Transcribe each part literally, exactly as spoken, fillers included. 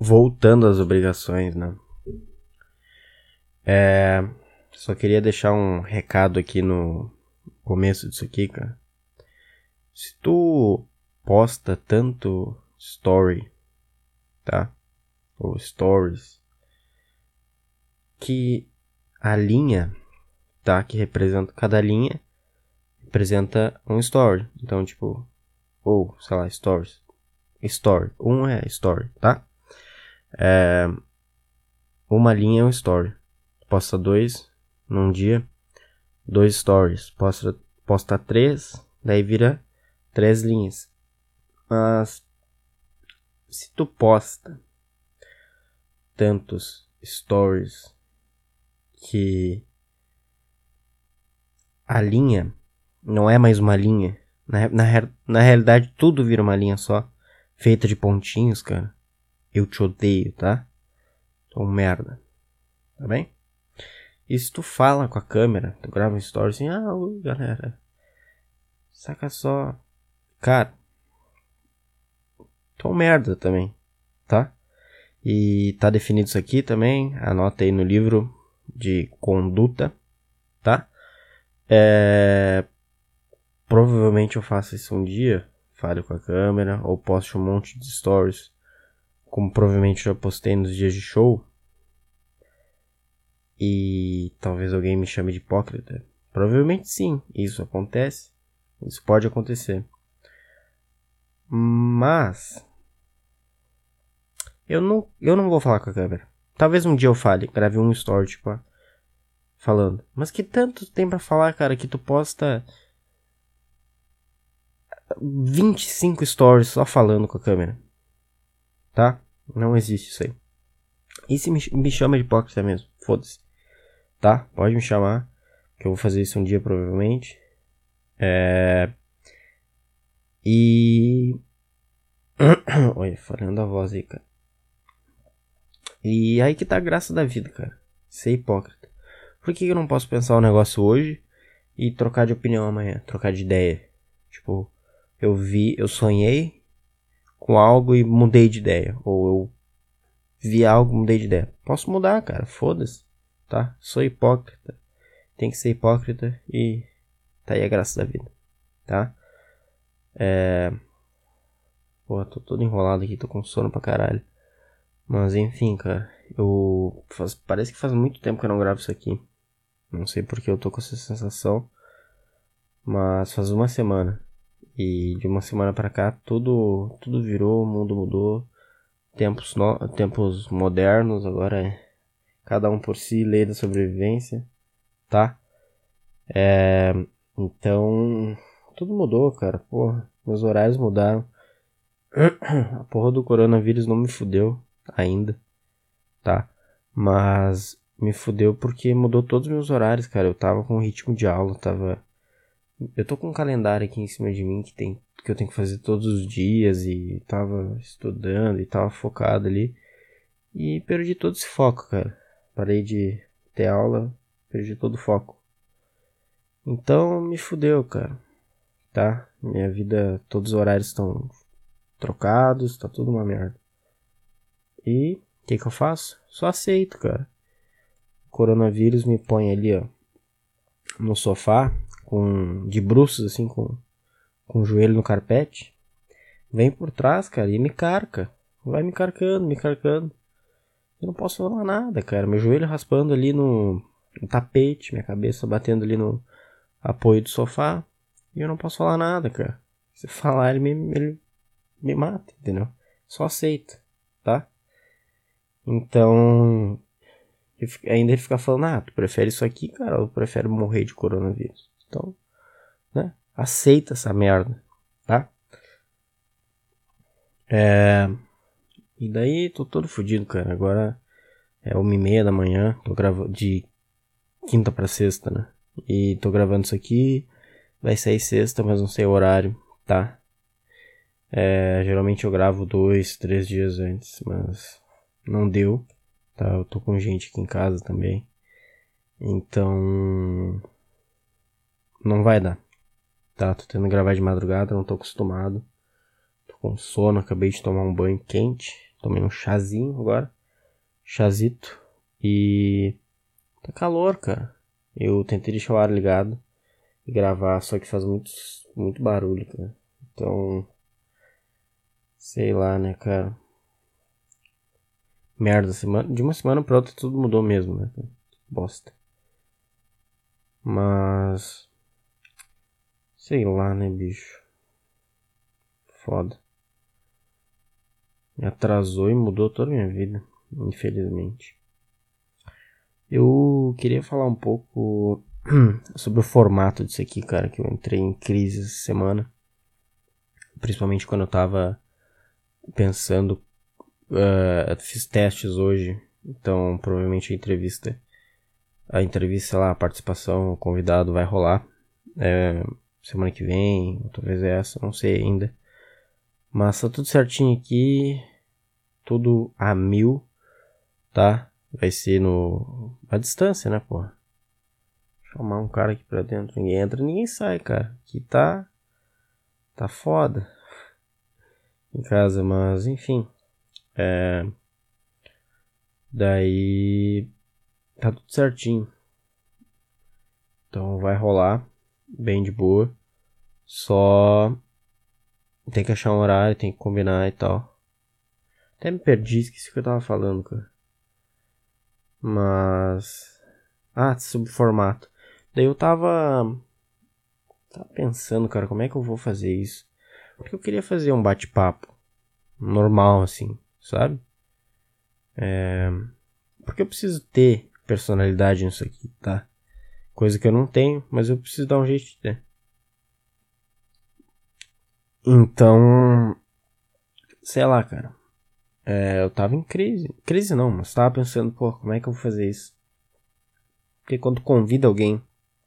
voltando às obrigações, né? É, só queria deixar um recado aqui no começo disso aqui, cara. Se tu posta tanto story, tá? Ou stories, que a linha, tá? Que representa, cada linha representa um story. Então, tipo, ou, sei lá, stories. Story. Um é story, tá? É, uma linha é um story. Posta dois num dia, dois stories. Posta, posta três, daí vira três linhas. Mas se tu posta tantos stories que a linha não é mais uma linha, na, na, na realidade tudo vira uma linha só, feita de pontinhos, cara, eu te odeio, tá? Tô um merda, tá bem? E se tu fala com a câmera, tu grava um story assim, ah, ui, galera, saca só, cara, tô um merda também, tá? E tá definido isso aqui também, anota aí no livro de conduta, tá? É... Provavelmente eu faço isso um dia, fale com a câmera, ou poste um monte de stories, como provavelmente já postei nos dias de show, e talvez alguém me chame de hipócrita. Provavelmente sim, isso acontece, isso pode acontecer. Mas eu não, eu não vou falar com a câmera. Talvez um dia eu fale, grave um story, tipo, falando. Mas que tanto tem pra falar, cara, que tu posta vinte e cinco stories só falando com a câmera. Tá? Não existe isso aí. E se me, me chama de hipócrita mesmo, foda-se. Tá? Pode me chamar, que eu vou fazer isso um dia provavelmente. É... E... Olha, falando a voz aí, cara. E aí que tá a graça da vida, cara. Ser hipócrita. Por que eu não posso pensar um negócio hoje e trocar de opinião amanhã? Trocar de ideia. Tipo, eu vi, eu sonhei com algo e mudei de ideia. Ou eu vi algo e mudei de ideia. Posso mudar, cara. Foda-se. Tá? Sou hipócrita. Tem que ser hipócrita e tá aí a graça da vida. Tá? É... Pô, tô todo enrolado aqui. Tô com sono pra caralho. Mas enfim, cara. Eu... Faz... Parece que faz muito tempo que eu não gravo isso aqui. Não sei porque eu tô com essa sensação. Mas faz uma semana. E de uma semana pra cá tudo, tudo virou, o mundo mudou. Tempos, no... Tempos modernos, agora é cada um por si, lei da sobrevivência. Tá? É... Então, tudo mudou, cara. Porra, meus horários mudaram. A porra do coronavírus não me fudeu ainda. Tá? Mas me fudeu porque mudou todos os meus horários, cara. Eu tava com ritmo de aula, tava... Eu tô com um calendário aqui em cima de mim que, tem, que eu tenho que fazer todos os dias e tava estudando e tava focado ali. E perdi todo esse foco, cara. Parei de ter aula, perdi todo o foco. Então me fudeu, cara. Tá? Minha vida, todos os horários estão trocados, tá tudo uma merda. E o que que eu faço? Só aceito, cara. O coronavírus me põe ali, ó, no sofá, com de bruços, assim, com, com o joelho no carpete. Vem por trás, cara, e me carca. Vai me carcando, me carcando. Eu não posso falar nada, cara. Meu joelho raspando ali no, no tapete, minha cabeça batendo ali no apoio do sofá. E eu não posso falar nada, cara. Se falar, ele me, ele me mata, entendeu? Só aceita, tá? Então, ainda ele fica falando, ah, tu prefere isso aqui, cara, ou prefere morrer de coronavírus? Então, né? Aceita essa merda, tá? É... E daí, tô todo fodido, cara. Agora é uma e meia da manhã, tô gravando de quinta pra sexta, né? E tô gravando isso aqui, vai sair sexta, mas não sei o horário, tá? É, geralmente eu gravo dois, três dias antes, mas não deu, tá? Eu tô com gente aqui em casa também, então não vai dar, tá? Tô tendo que gravar de madrugada, não tô acostumado, tô com sono, acabei de tomar um banho quente, Tomei um chazinho agora. Chazito. E tá calor, cara. Eu tentei deixar o ar ligado e gravar, só que faz muito, muito barulho, cara. Então, sei lá, né, cara. Merda, semana, de uma semana pra outra tudo mudou mesmo, né? Bosta. Mas... sei lá, né, bicho. Foda. Me atrasou e mudou toda a minha vida, infelizmente. Eu queria falar um pouco sobre o formato disso aqui, cara, que eu entrei em crise essa semana. Principalmente quando eu tava pensando... Uh, fiz testes hoje, então provavelmente a entrevista... A entrevista, lá, a participação, o convidado vai rolar. É, semana que vem, ou talvez essa, não sei ainda. Mas tá tudo certinho aqui. Tudo a mil, tá? Vai ser no... a distância, né, pô? Chamar um cara aqui pra dentro. Ninguém entra, ninguém sai, cara. Aqui tá... tá foda. Em casa, mas enfim. É... Daí... tá tudo certinho. Então vai rolar. Bem de boa. Só... tem que achar um horário, tem que combinar e tal. Até me perdi, esqueci o que eu tava falando, cara. Mas... ah, sobre o formato. Daí eu tava... tava pensando, cara, como é que eu vou fazer isso? Porque eu queria fazer um bate-papo. Normal, assim, sabe? É... porque eu preciso ter personalidade nisso aqui, tá? Coisa que eu não tenho, mas eu preciso dar um jeito de ter. Então... sei lá, cara. É, eu tava em crise. Crise não, mas tava pensando, pô, como é que eu vou fazer isso? Porque quando convida alguém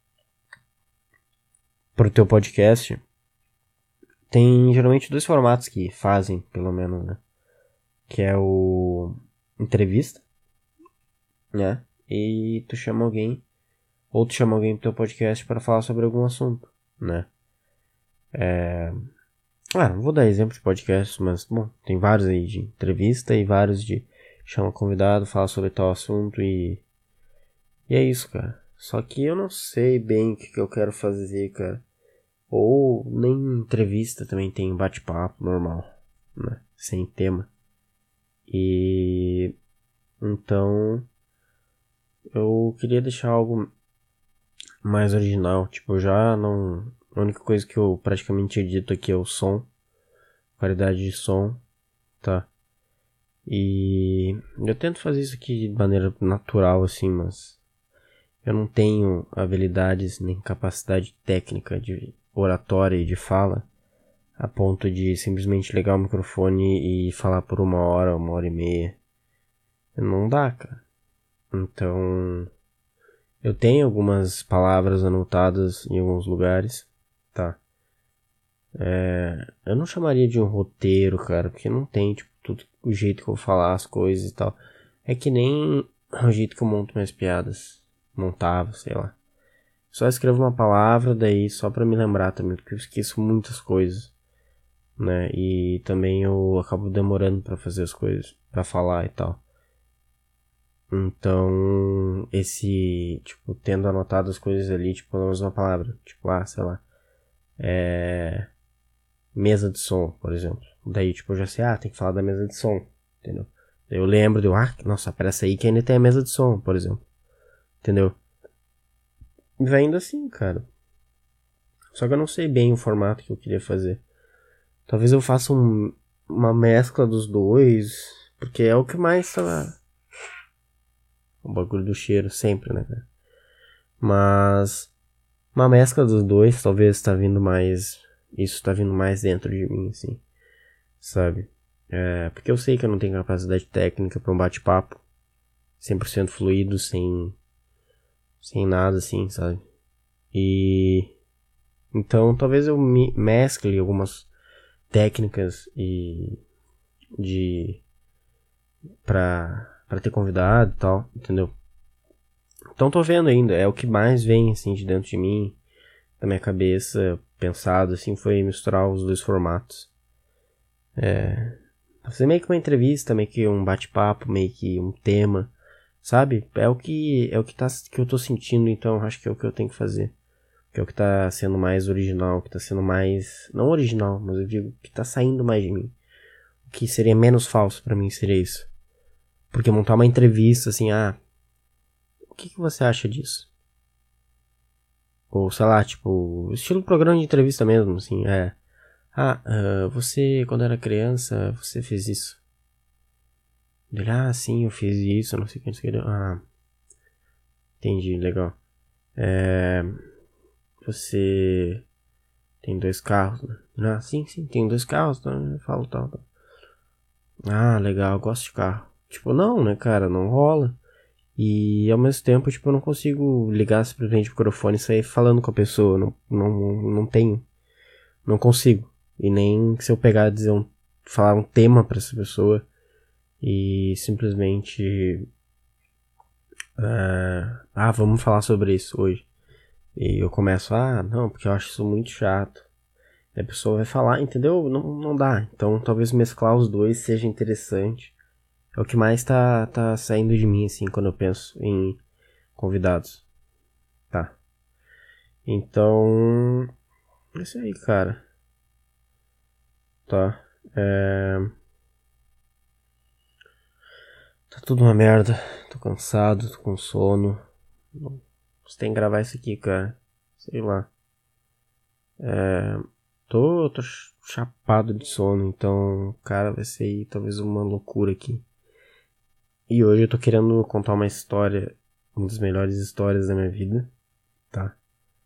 pro teu podcast, tem geralmente dois formatos que fazem, pelo menos, né? Que é o entrevista, né? E tu chama alguém, ou tu chama alguém pro teu podcast para falar sobre algum assunto, né? É... ah, não vou dar exemplo de podcast, mas, bom, tem vários aí de entrevista e vários de chama convidado, fala sobre tal assunto e... e é isso, cara. Só que eu não sei bem o que, que eu quero fazer, cara. Ou nem entrevista também tem bate-papo normal, né? Sem tema. E... então... eu queria deixar algo mais original. Tipo, eu já não... a única coisa que eu praticamente edito aqui é o som. Qualidade de som, tá? E... eu tento fazer isso aqui de maneira natural, assim, mas... eu não tenho habilidades nem capacidade técnica de oratória e de fala a ponto de simplesmente ligar o microfone e falar por uma hora, uma hora e meia. Não dá, cara. Então, eu tenho algumas palavras anotadas em alguns lugares, tá? É, eu não chamaria de um roteiro, cara, porque não tem, tipo, tudo o jeito que eu vou falar as coisas e tal. É que nem o jeito que eu monto minhas piadas. Montava, sei lá. Só escrevo uma palavra, daí só pra me lembrar também, porque eu esqueço muitas coisas, né? E também eu acabo demorando pra fazer as coisas, pra falar e tal. Então, esse, tipo, tendo anotado as coisas ali, tipo, pelo menos uma palavra, tipo, ah, sei lá, é... mesa de som, por exemplo. Daí, tipo, eu já sei, ah, tem que falar da mesa de som, entendeu? Daí eu lembro, de, ah, nossa, parece aí que ainda tem a mesa de som, por exemplo, entendeu? E vai indo assim, cara. Só que eu não sei bem o formato que eu queria fazer. Talvez eu faça um, uma mescla dos dois, porque é o que mais tá... o bagulho do cheiro, sempre, né, cara? Mas uma mescla dos dois, talvez tá vindo mais... isso tá vindo mais dentro de mim, assim, sabe? É, porque eu sei que eu não tenho capacidade técnica pra um bate-papo cem por cento fluido, sem... sem nada, assim, sabe? E... então, talvez eu me mescle algumas técnicas e... de... pra... pra ter convidado e tal, entendeu? Então tô vendo ainda, é o que mais vem, assim, de dentro de mim, da minha cabeça, pensado, assim, foi misturar os dois formatos. É... Fazer meio que uma entrevista, meio que um bate-papo, meio que um tema, sabe? É o que é o que, tá, que eu tô sentindo, então acho que é o que eu tenho que fazer. Que é o que tá sendo mais original, que tá sendo mais... Não original, mas eu digo que tá saindo mais de mim. O que seria menos falso pra mim seria isso. Porque montar uma entrevista assim, ah... O que, que você acha disso? Ou sei lá, tipo... Estilo programa de entrevista mesmo, assim, é... Ah, uh, você, quando era criança, você fez isso. Ele, ah, sim, eu fiz isso, não sei o que, não sei o que. Ah, entendi, legal. É... Você tem dois carros, né? Ah, sim, sim, tem dois carros, tá? Eu falo tal, tal. Ah, legal, eu gosto de carro. Tipo, não, né, cara, não rola. E ao mesmo tempo, tipo, eu não consigo ligar simplesmente o microfone e sair falando com a pessoa. Não, não, não tenho. Não consigo. E nem se eu pegar e dizer um, falar um tema pra essa pessoa e simplesmente... Uh, ah, vamos falar sobre isso hoje. E eu começo, ah, não, porque eu acho isso muito chato. E a pessoa vai falar, entendeu? Não, não dá. Então talvez mesclar os dois seja interessante. É o que mais tá, tá saindo de mim, assim, quando eu penso em convidados. Tá. Então... É isso aí, cara. Tá. É... Tá tudo uma merda. Tô cansado, tô com sono. Você tem que gravar isso aqui, cara. Sei lá. É... Tô, tô chapado de sono, então, cara, vai ser talvez uma loucura aqui. E hoje eu tô querendo contar uma história, uma das melhores histórias da minha vida, tá?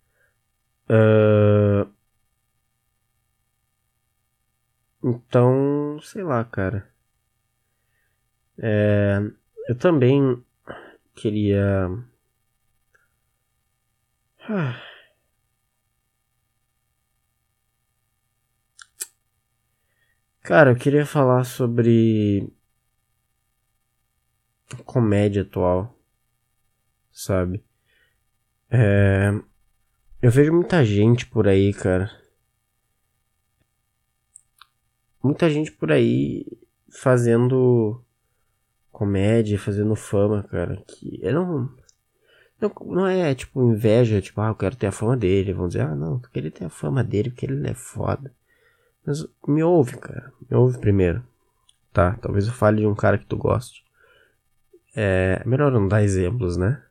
Uh... Então, sei lá, cara. É... Eu também queria... Cara, eu queria falar sobre comédia atual, sabe? É... Eu vejo muita gente por aí, cara. Muita gente por aí fazendo comédia, fazendo fama, cara. Que eu não, não. Não é tipo inveja, tipo, ah, eu quero ter a fama dele. Vão dizer, ah, não, tu queria ter a fama dele porque ele é foda. Mas me ouve, cara. Me ouve primeiro. Tá? Talvez eu fale de um cara que tu goste. É melhor não dar exemplos, né?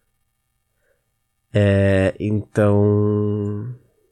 É, então...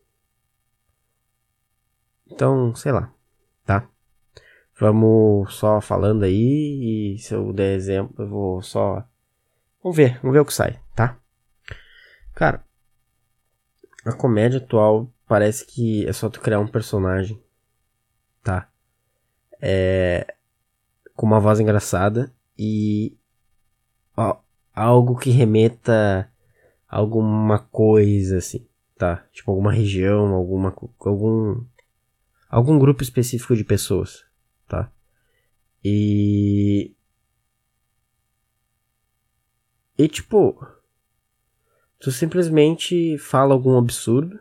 Então, sei lá, tá? Vamos só falando aí e se eu der exemplo eu vou só... Vamos ver, vamos ver o que sai, tá? Cara, a comédia atual parece que é só tu criar um personagem, tá? É... Com uma voz engraçada e... Ó, algo que remeta a alguma coisa assim, tá? Tipo alguma região, alguma... Algum... Algum grupo específico de pessoas, tá? E... E tipo... Tu simplesmente fala algum absurdo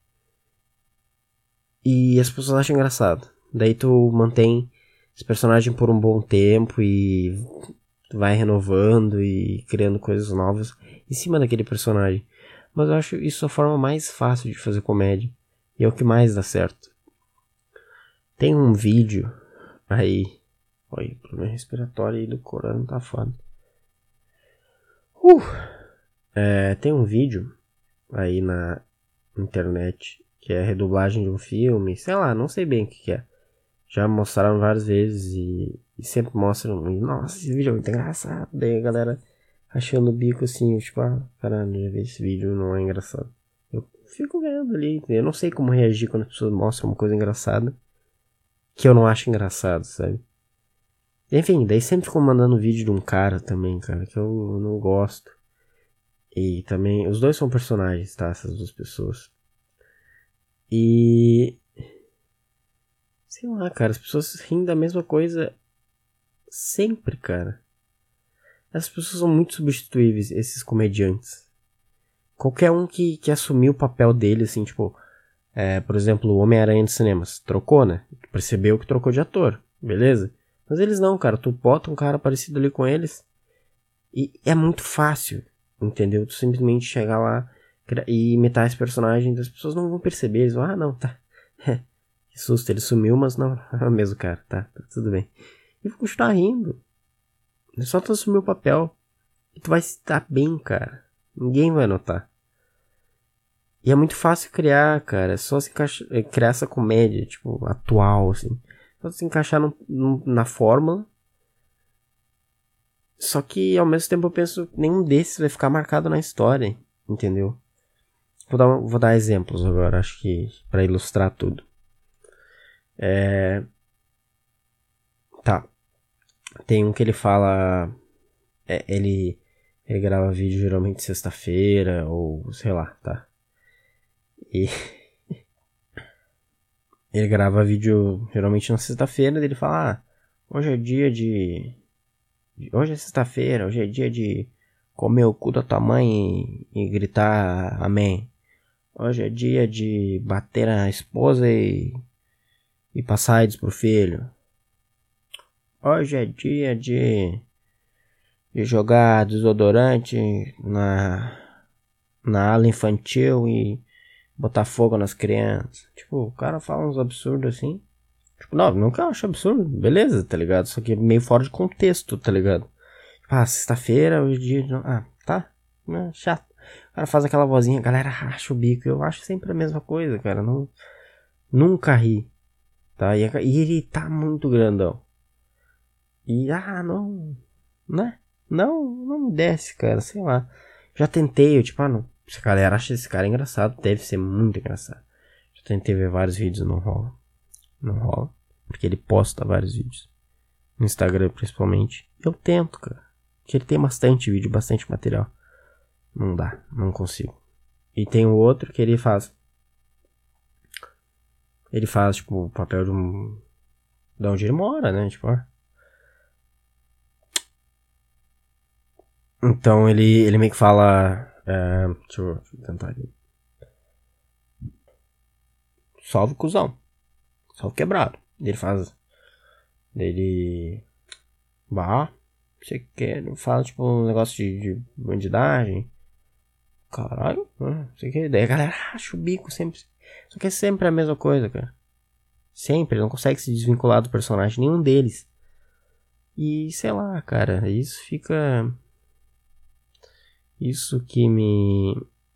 e as pessoas acham engraçado. Daí tu mantém esse personagem por um bom tempo e vai renovando e criando coisas novas em cima daquele personagem. Mas eu acho isso a forma mais fácil de fazer comédia. E é o que mais dá certo. Tem um vídeo aí... Olha, o problema respiratório aí do corona tá foda. Uh! É, tem um vídeo aí na internet que é a redublagem de um filme, sei lá, não sei bem o que, que é. Já mostraram várias vezes e, e sempre mostram, e, nossa, esse vídeo é muito engraçado. Daí a galera achando o bico assim, tipo, ah, caralho, já vi esse vídeo, não é engraçado. Eu fico vendo ali, eu não sei como reagir quando as pessoas mostram uma coisa engraçada que eu não acho engraçado, sabe? Enfim, daí sempre ficam mandando vídeo de um cara também, cara, que eu não gosto. E também, os dois são personagens, tá? Essas duas pessoas. E... Sei lá, cara, as pessoas riem da mesma coisa sempre, cara. As pessoas são muito substituíveis, esses comediantes. Qualquer um que, que assumiu o papel dele, assim, tipo... É, por exemplo, o Homem-Aranha dos cinemas. Trocou, né? Percebeu que trocou de ator. Beleza? Mas eles não, cara. Tu bota um cara parecido ali com eles e é muito fácil, entendeu? Tu simplesmente chegar lá e imitar esse personagem, as pessoas não vão perceber. Eles vão, ah, não, tá. Que susto, ele sumiu, mas não, é o mesmo cara, tá, tá tudo bem. E vou continuar rindo. É só tu assumir o papel e tu vai estar bem, cara. Ninguém vai notar. E é muito fácil criar, cara. É só se encaixa... criar essa comédia, tipo, atual, assim. Só se encaixar no, no, na fórmula. Só que, ao mesmo tempo, eu penso, nenhum desses vai ficar marcado na história, entendeu? Vou dar, vou dar exemplos agora, acho que, pra ilustrar tudo. É... Tá. Tem um que ele fala... É, ele, ele grava vídeo geralmente sexta-feira, ou sei lá, tá? E... ele grava vídeo geralmente na sexta-feira, e ele fala, ah, hoje é dia de... Hoje é sexta-feira, hoje é dia de comer o cu da tua mãe e, e gritar amém. Hoje é dia de bater na esposa e, e passar AIDS pro filho. Hoje é dia de, de jogar desodorante na, na ala infantil e botar fogo nas crianças. Tipo, o cara fala uns absurdos assim. Tipo, não, não que eu acho absurdo, beleza, tá ligado? Só que meio fora de contexto, tá ligado? Tipo, ah, sexta-feira, hoje é dia de... Ah, tá, né, chato. O cara faz aquela vozinha, a galera racha o bico. Eu acho sempre a mesma coisa, cara. Não, nunca ri, tá? E, e ele tá muito grandão. E, ah, não, né? Não, não me desce, cara, sei lá. Já tentei, eu, tipo, ah, não. Se a galera acha esse cara engraçado, deve ser muito engraçado. Já tentei ver vários vídeos, não rola. Não rola. Porque ele posta vários vídeos. No Instagram, principalmente. Eu tento, cara. Porque ele tem bastante vídeo, bastante material. Não dá, não consigo. E tem o outro que ele faz. Ele faz, tipo, o papel de um... de onde ele mora, né? Tipo, ó. Então ele, ele meio que fala... É, deixa, eu, deixa eu tentar aqui. Salve, cuzão. Salve, quebrado. Ele faz... Ele... Bah... Você quer... Fala, tipo, um negócio de, de bandidagem. Caralho, não sei o que. Daí a galera acha o bico sempre. Só que é sempre a mesma coisa, cara. Sempre, não consegue se desvincular do personagem, nenhum deles. E sei lá, cara, isso fica. Isso que me.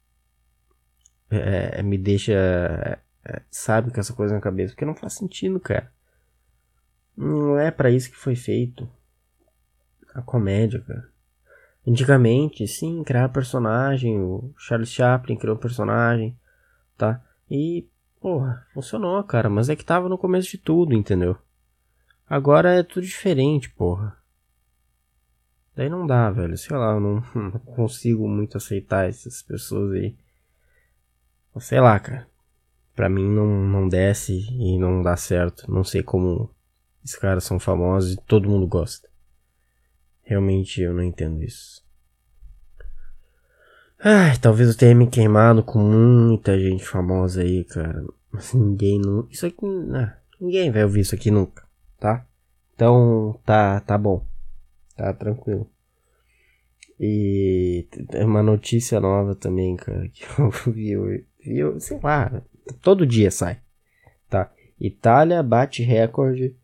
É, me deixa. É, sabe, com essa coisa na cabeça. Porque não faz sentido, cara. Não é pra isso que foi feito a comédia, cara. Antigamente, sim, criar personagem. O Charles Chaplin criou um personagem, tá? E, porra, funcionou, cara. Mas é que tava no começo de tudo, entendeu? Agora é tudo diferente, porra. Daí não dá, velho. Sei lá, eu não, não consigo muito aceitar essas pessoas aí. Sei lá, cara. Pra mim não, não desce e não dá certo. Não sei como esses caras são famosos e todo mundo gosta. Realmente eu não entendo isso. Ai, talvez eu tenha me queimado com muita gente famosa aí, cara. Mas ninguém não... Isso aqui... Ah, ninguém vai ouvir isso aqui nunca, tá? Então, tá, tá bom. Tá tranquilo. E tem uma notícia nova também, cara, que eu vi, eu vi, eu, sei lá, todo dia sai, tá? Itália bate recorde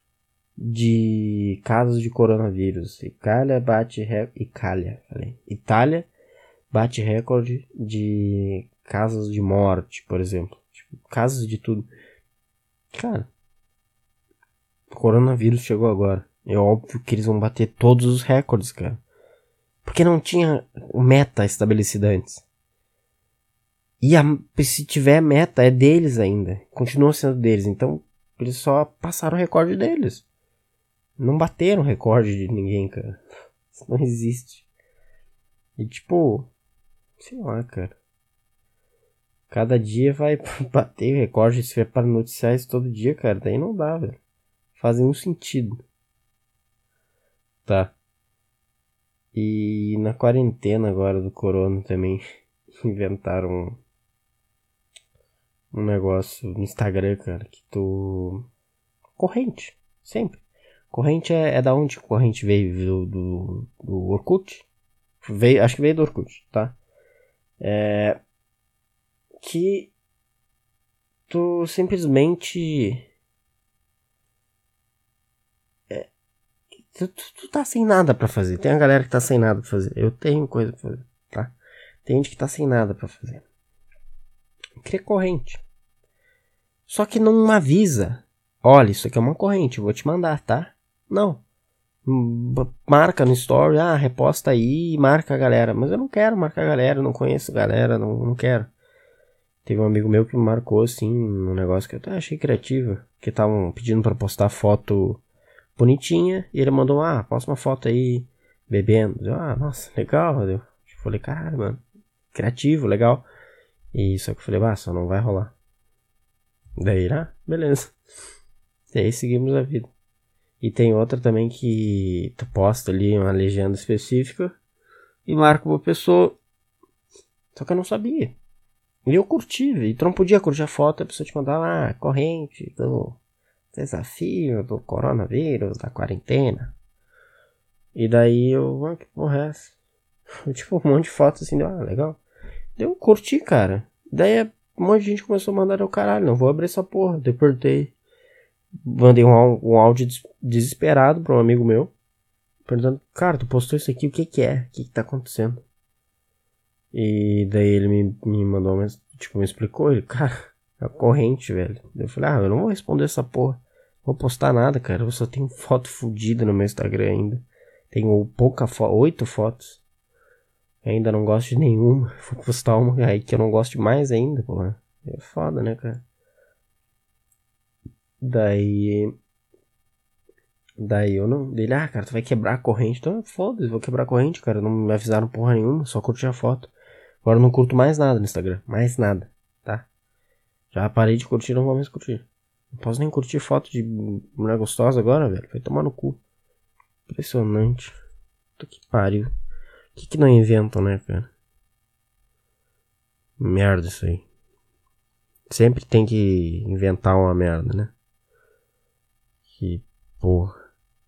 de casos de coronavírus. Itália bate recorde, Itália, falei. Itália bate recorde de casos de morte, por exemplo. Tipo, casos de tudo. Cara, o coronavírus chegou agora. É óbvio que eles vão bater todos os recordes, cara. Porque não tinha meta estabelecida antes. E a, se tiver meta, é deles ainda. Continua sendo deles. Então, eles só passaram o recorde deles. Não bateram o recorde de ninguém, cara. Isso não existe. E tipo... Sei lá, cara. Cada dia vai bater o recorde. Se for para noticiar isso todo dia, cara, daí não dá, velho. Faz nenhum sentido. Tá. E na quarentena agora do corona também inventaram um, um negócio no Instagram, cara, que tu... Corrente, sempre. Corrente é, é da onde corrente veio? Do, do, do Orkut? Veio, acho que veio do Orkut, tá? É... Que... Tu simplesmente... É, tu, tu, tu tá sem nada pra fazer. Tem a galera que tá sem nada pra fazer. Eu tenho coisa pra fazer, tá? Tem gente que tá sem nada pra fazer. Cria corrente. Só que não avisa. Olha, isso aqui é uma corrente, eu vou te mandar, tá? Não. Marca no story, ah, reposta aí e marca a galera. Mas eu não quero marcar a galera, eu não conheço a galera, não, não quero. Teve um amigo meu que me marcou, assim, um negócio que eu até achei criativo. Que estavam pedindo pra postar foto bonitinha. E ele mandou, ah, posta uma foto aí, bebendo. Eu, ah, nossa, legal. Eu falei, caralho, mano, criativo, legal. E só que eu falei, ah, só não vai rolar. Daí, ah, beleza. E aí seguimos a vida. E tem outra também que tu posta ali uma legenda específica e marca uma pessoa. Só que eu não sabia. E eu curti, e tu não podia curtir a foto, a pessoa te mandava, ah, corrente do desafio do coronavírus, da quarentena. E daí eu, ah, que porra é essa? Tipo, um monte de fotos assim, deu, ah, legal. Daí eu curti, cara. Daí um monte de gente começou a mandar, o caralho, não vou abrir essa porra. Deportei. Mandei um, um áudio desesperado pra um amigo meu, perguntando, cara, tu postou isso aqui, o que que é? O que que tá acontecendo? E daí ele me, me mandou, mas tipo, me explicou, ele, cara, é a corrente, velho. Eu falei, ah, eu não vou responder essa porra, não vou postar nada, cara, eu só tenho foto fodida no meu Instagram ainda. Tenho pouca foto, oito fotos. Ainda não gosto de nenhuma, vou postar uma aí que eu não gosto de mais ainda, porra. É foda, né, cara? Daí... Daí eu não... Dele, ah, cara, tu vai quebrar a corrente. Então, foda-se, vou quebrar a corrente, cara. Não me avisaram porra nenhuma, só curti a foto. Agora eu não curto mais nada no Instagram. Mais nada, tá? Já parei de curtir, não vou mais curtir. Não posso nem curtir foto de mulher gostosa agora, velho. Vai tomar no cu. Impressionante. Puta que pariu. O que que não inventam, né, cara? Merda isso aí. Sempre tem que inventar uma merda, né? Que porra.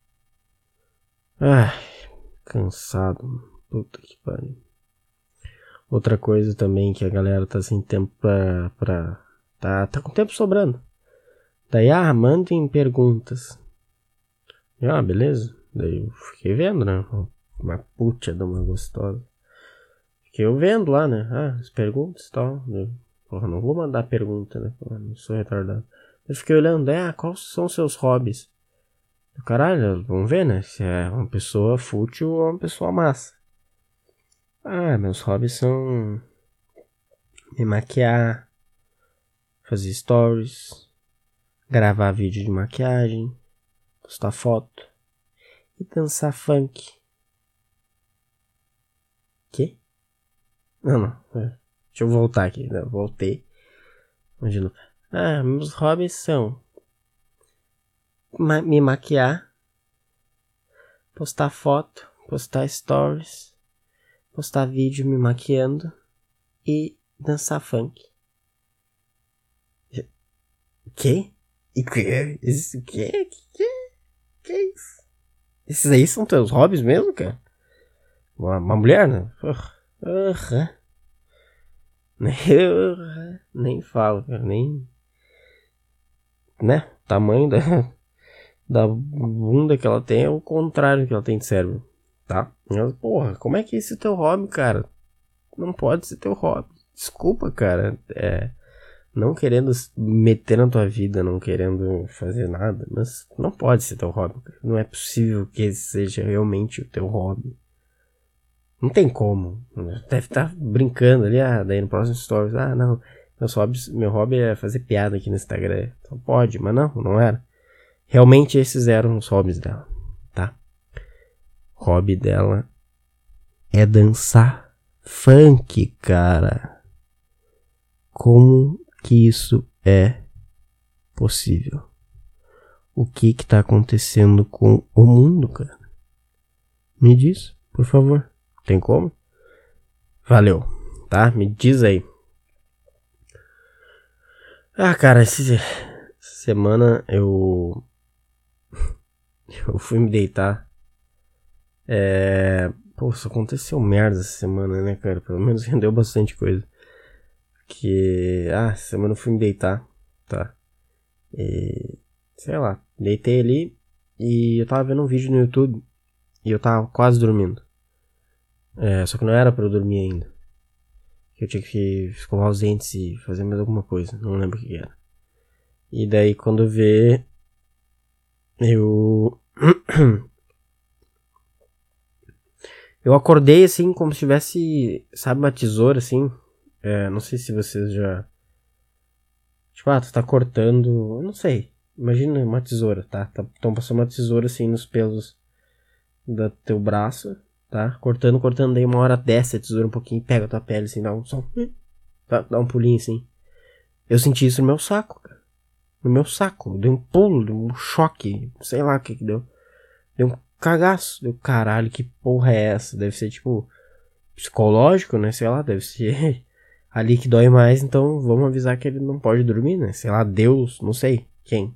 Ai, cansado. Puta que pariu. Outra coisa também que a galera tá sem tempo pra... pra tá, tá com tempo sobrando. Daí, ah, mandem perguntas. E, ah, beleza. Daí eu fiquei vendo, né? Uma puta de uma gostosa. Fiquei eu vendo lá, né? Ah, as perguntas e tal. Eu, porra, não vou mandar pergunta, né? Porra, não sou retardado. Eu fiquei olhando, ah, quais são seus hobbies? Caralho, vamos ver, né? Se é uma pessoa fútil ou uma pessoa massa. Ah, meus hobbies são me maquiar, fazer stories, gravar vídeo de maquiagem, postar foto e dançar funk. Que? Não, não. Deixa eu voltar aqui. Não, voltei. Imagina. Ah, meus hobbies são ma- me maquiar, postar foto, postar stories, postar vídeo me maquiando e dançar funk. Que? E que? Isso que? Que? Que é isso? Esses aí são teus hobbies mesmo, cara? Uma, uma mulher, né? Uhum. Nem, nem falo, cara. Nem... Né? O tamanho da, da bunda que ela tem é o contrário que ela tem de cérebro. Tá? Mas, porra, como é que é esse teu hobby, cara? Não pode ser teu hobby. Desculpa, cara. É... Não querendo meter na tua vida, não querendo fazer nada, mas não pode ser teu hobby. Não é possível que esse seja realmente o teu hobby. Não tem como. Deve estar brincando ali, ah, daí no próximo stories, ah, não, meus hobbies, meu hobby é fazer piada aqui no Instagram. Então pode, mas não, não era. Realmente esses eram os hobbies dela, tá? O hobby dela é dançar funk, cara. Como que isso é possível? O que que tá acontecendo com o mundo, cara? Me diz, por favor. Tem como? Valeu, tá? Me diz aí. Ah, cara, esse, essa semana eu Eu fui me deitar. É... Pô, só aconteceu merda essa semana, né, cara? Pelo menos rendeu bastante coisa. Que... Ah, essa semana eu fui me deitar, tá? E... Sei lá, deitei ali e eu tava vendo um vídeo no YouTube e eu tava quase dormindo. É, só que não era pra eu dormir ainda. Eu tinha que escovar os dentes e fazer mais alguma coisa, não lembro o que era. E daí quando vê, eu... eu acordei assim, como se tivesse, sabe, uma tesoura assim. É, não sei se vocês já... Tipo, ah, tu tá cortando, eu não sei. Imagina uma tesoura, tá? Tá- Tão passando uma tesoura assim nos pelos do teu braço, tá? Cortando, cortando, daí uma hora desce a tesoura um pouquinho, pega a tua pele assim, dá um só, dá, dá um pulinho assim. Eu senti isso no meu saco, cara. No meu saco. Deu um pulo, deu um choque, sei lá o que que deu. Deu um cagaço. Deu caralho, que porra é essa? Deve ser tipo psicológico, né? Sei lá, deve ser ali que dói mais, então vamos avisar que ele não pode dormir, né? Sei lá, Deus, não sei quem.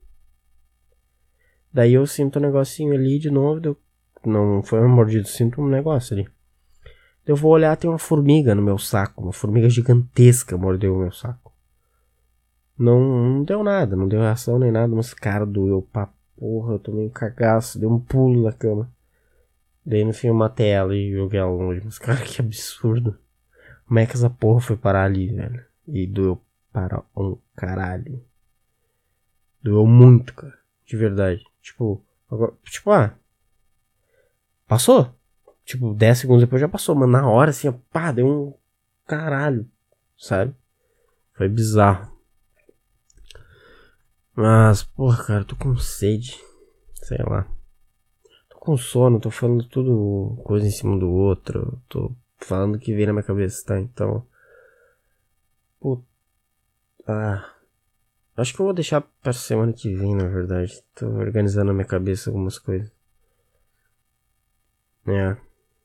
Daí eu sinto um negocinho ali de novo, deu... não foi um mordido, sinto um negócio ali. Eu vou olhar, tem uma formiga no meu saco, uma formiga gigantesca mordeu o meu saco. Não, não deu nada, não deu reação nem nada, mas cara, doeu pra porra, eu tomei um cagaço, dei um pulo na cama. Daí no fim eu matei ela e joguei ela longe, mas cara, que absurdo. Como é que essa porra foi parar ali, velho? E doeu para um caralho. Doeu muito, cara, de verdade. Tipo, agora, tipo, ah, passou? Tipo, dez segundos depois já passou, mas na hora assim, ó, pá, deu um caralho, sabe? Foi bizarro. Mas, porra, cara, eu tô com sede. Sei lá. Tô com sono, tô falando tudo coisa em cima do outro. Tô falando o que vem na minha cabeça, tá? Então. Pô. Ah. Acho que eu vou deixar pra semana que vem, na verdade. Tô organizando na minha cabeça algumas coisas. É.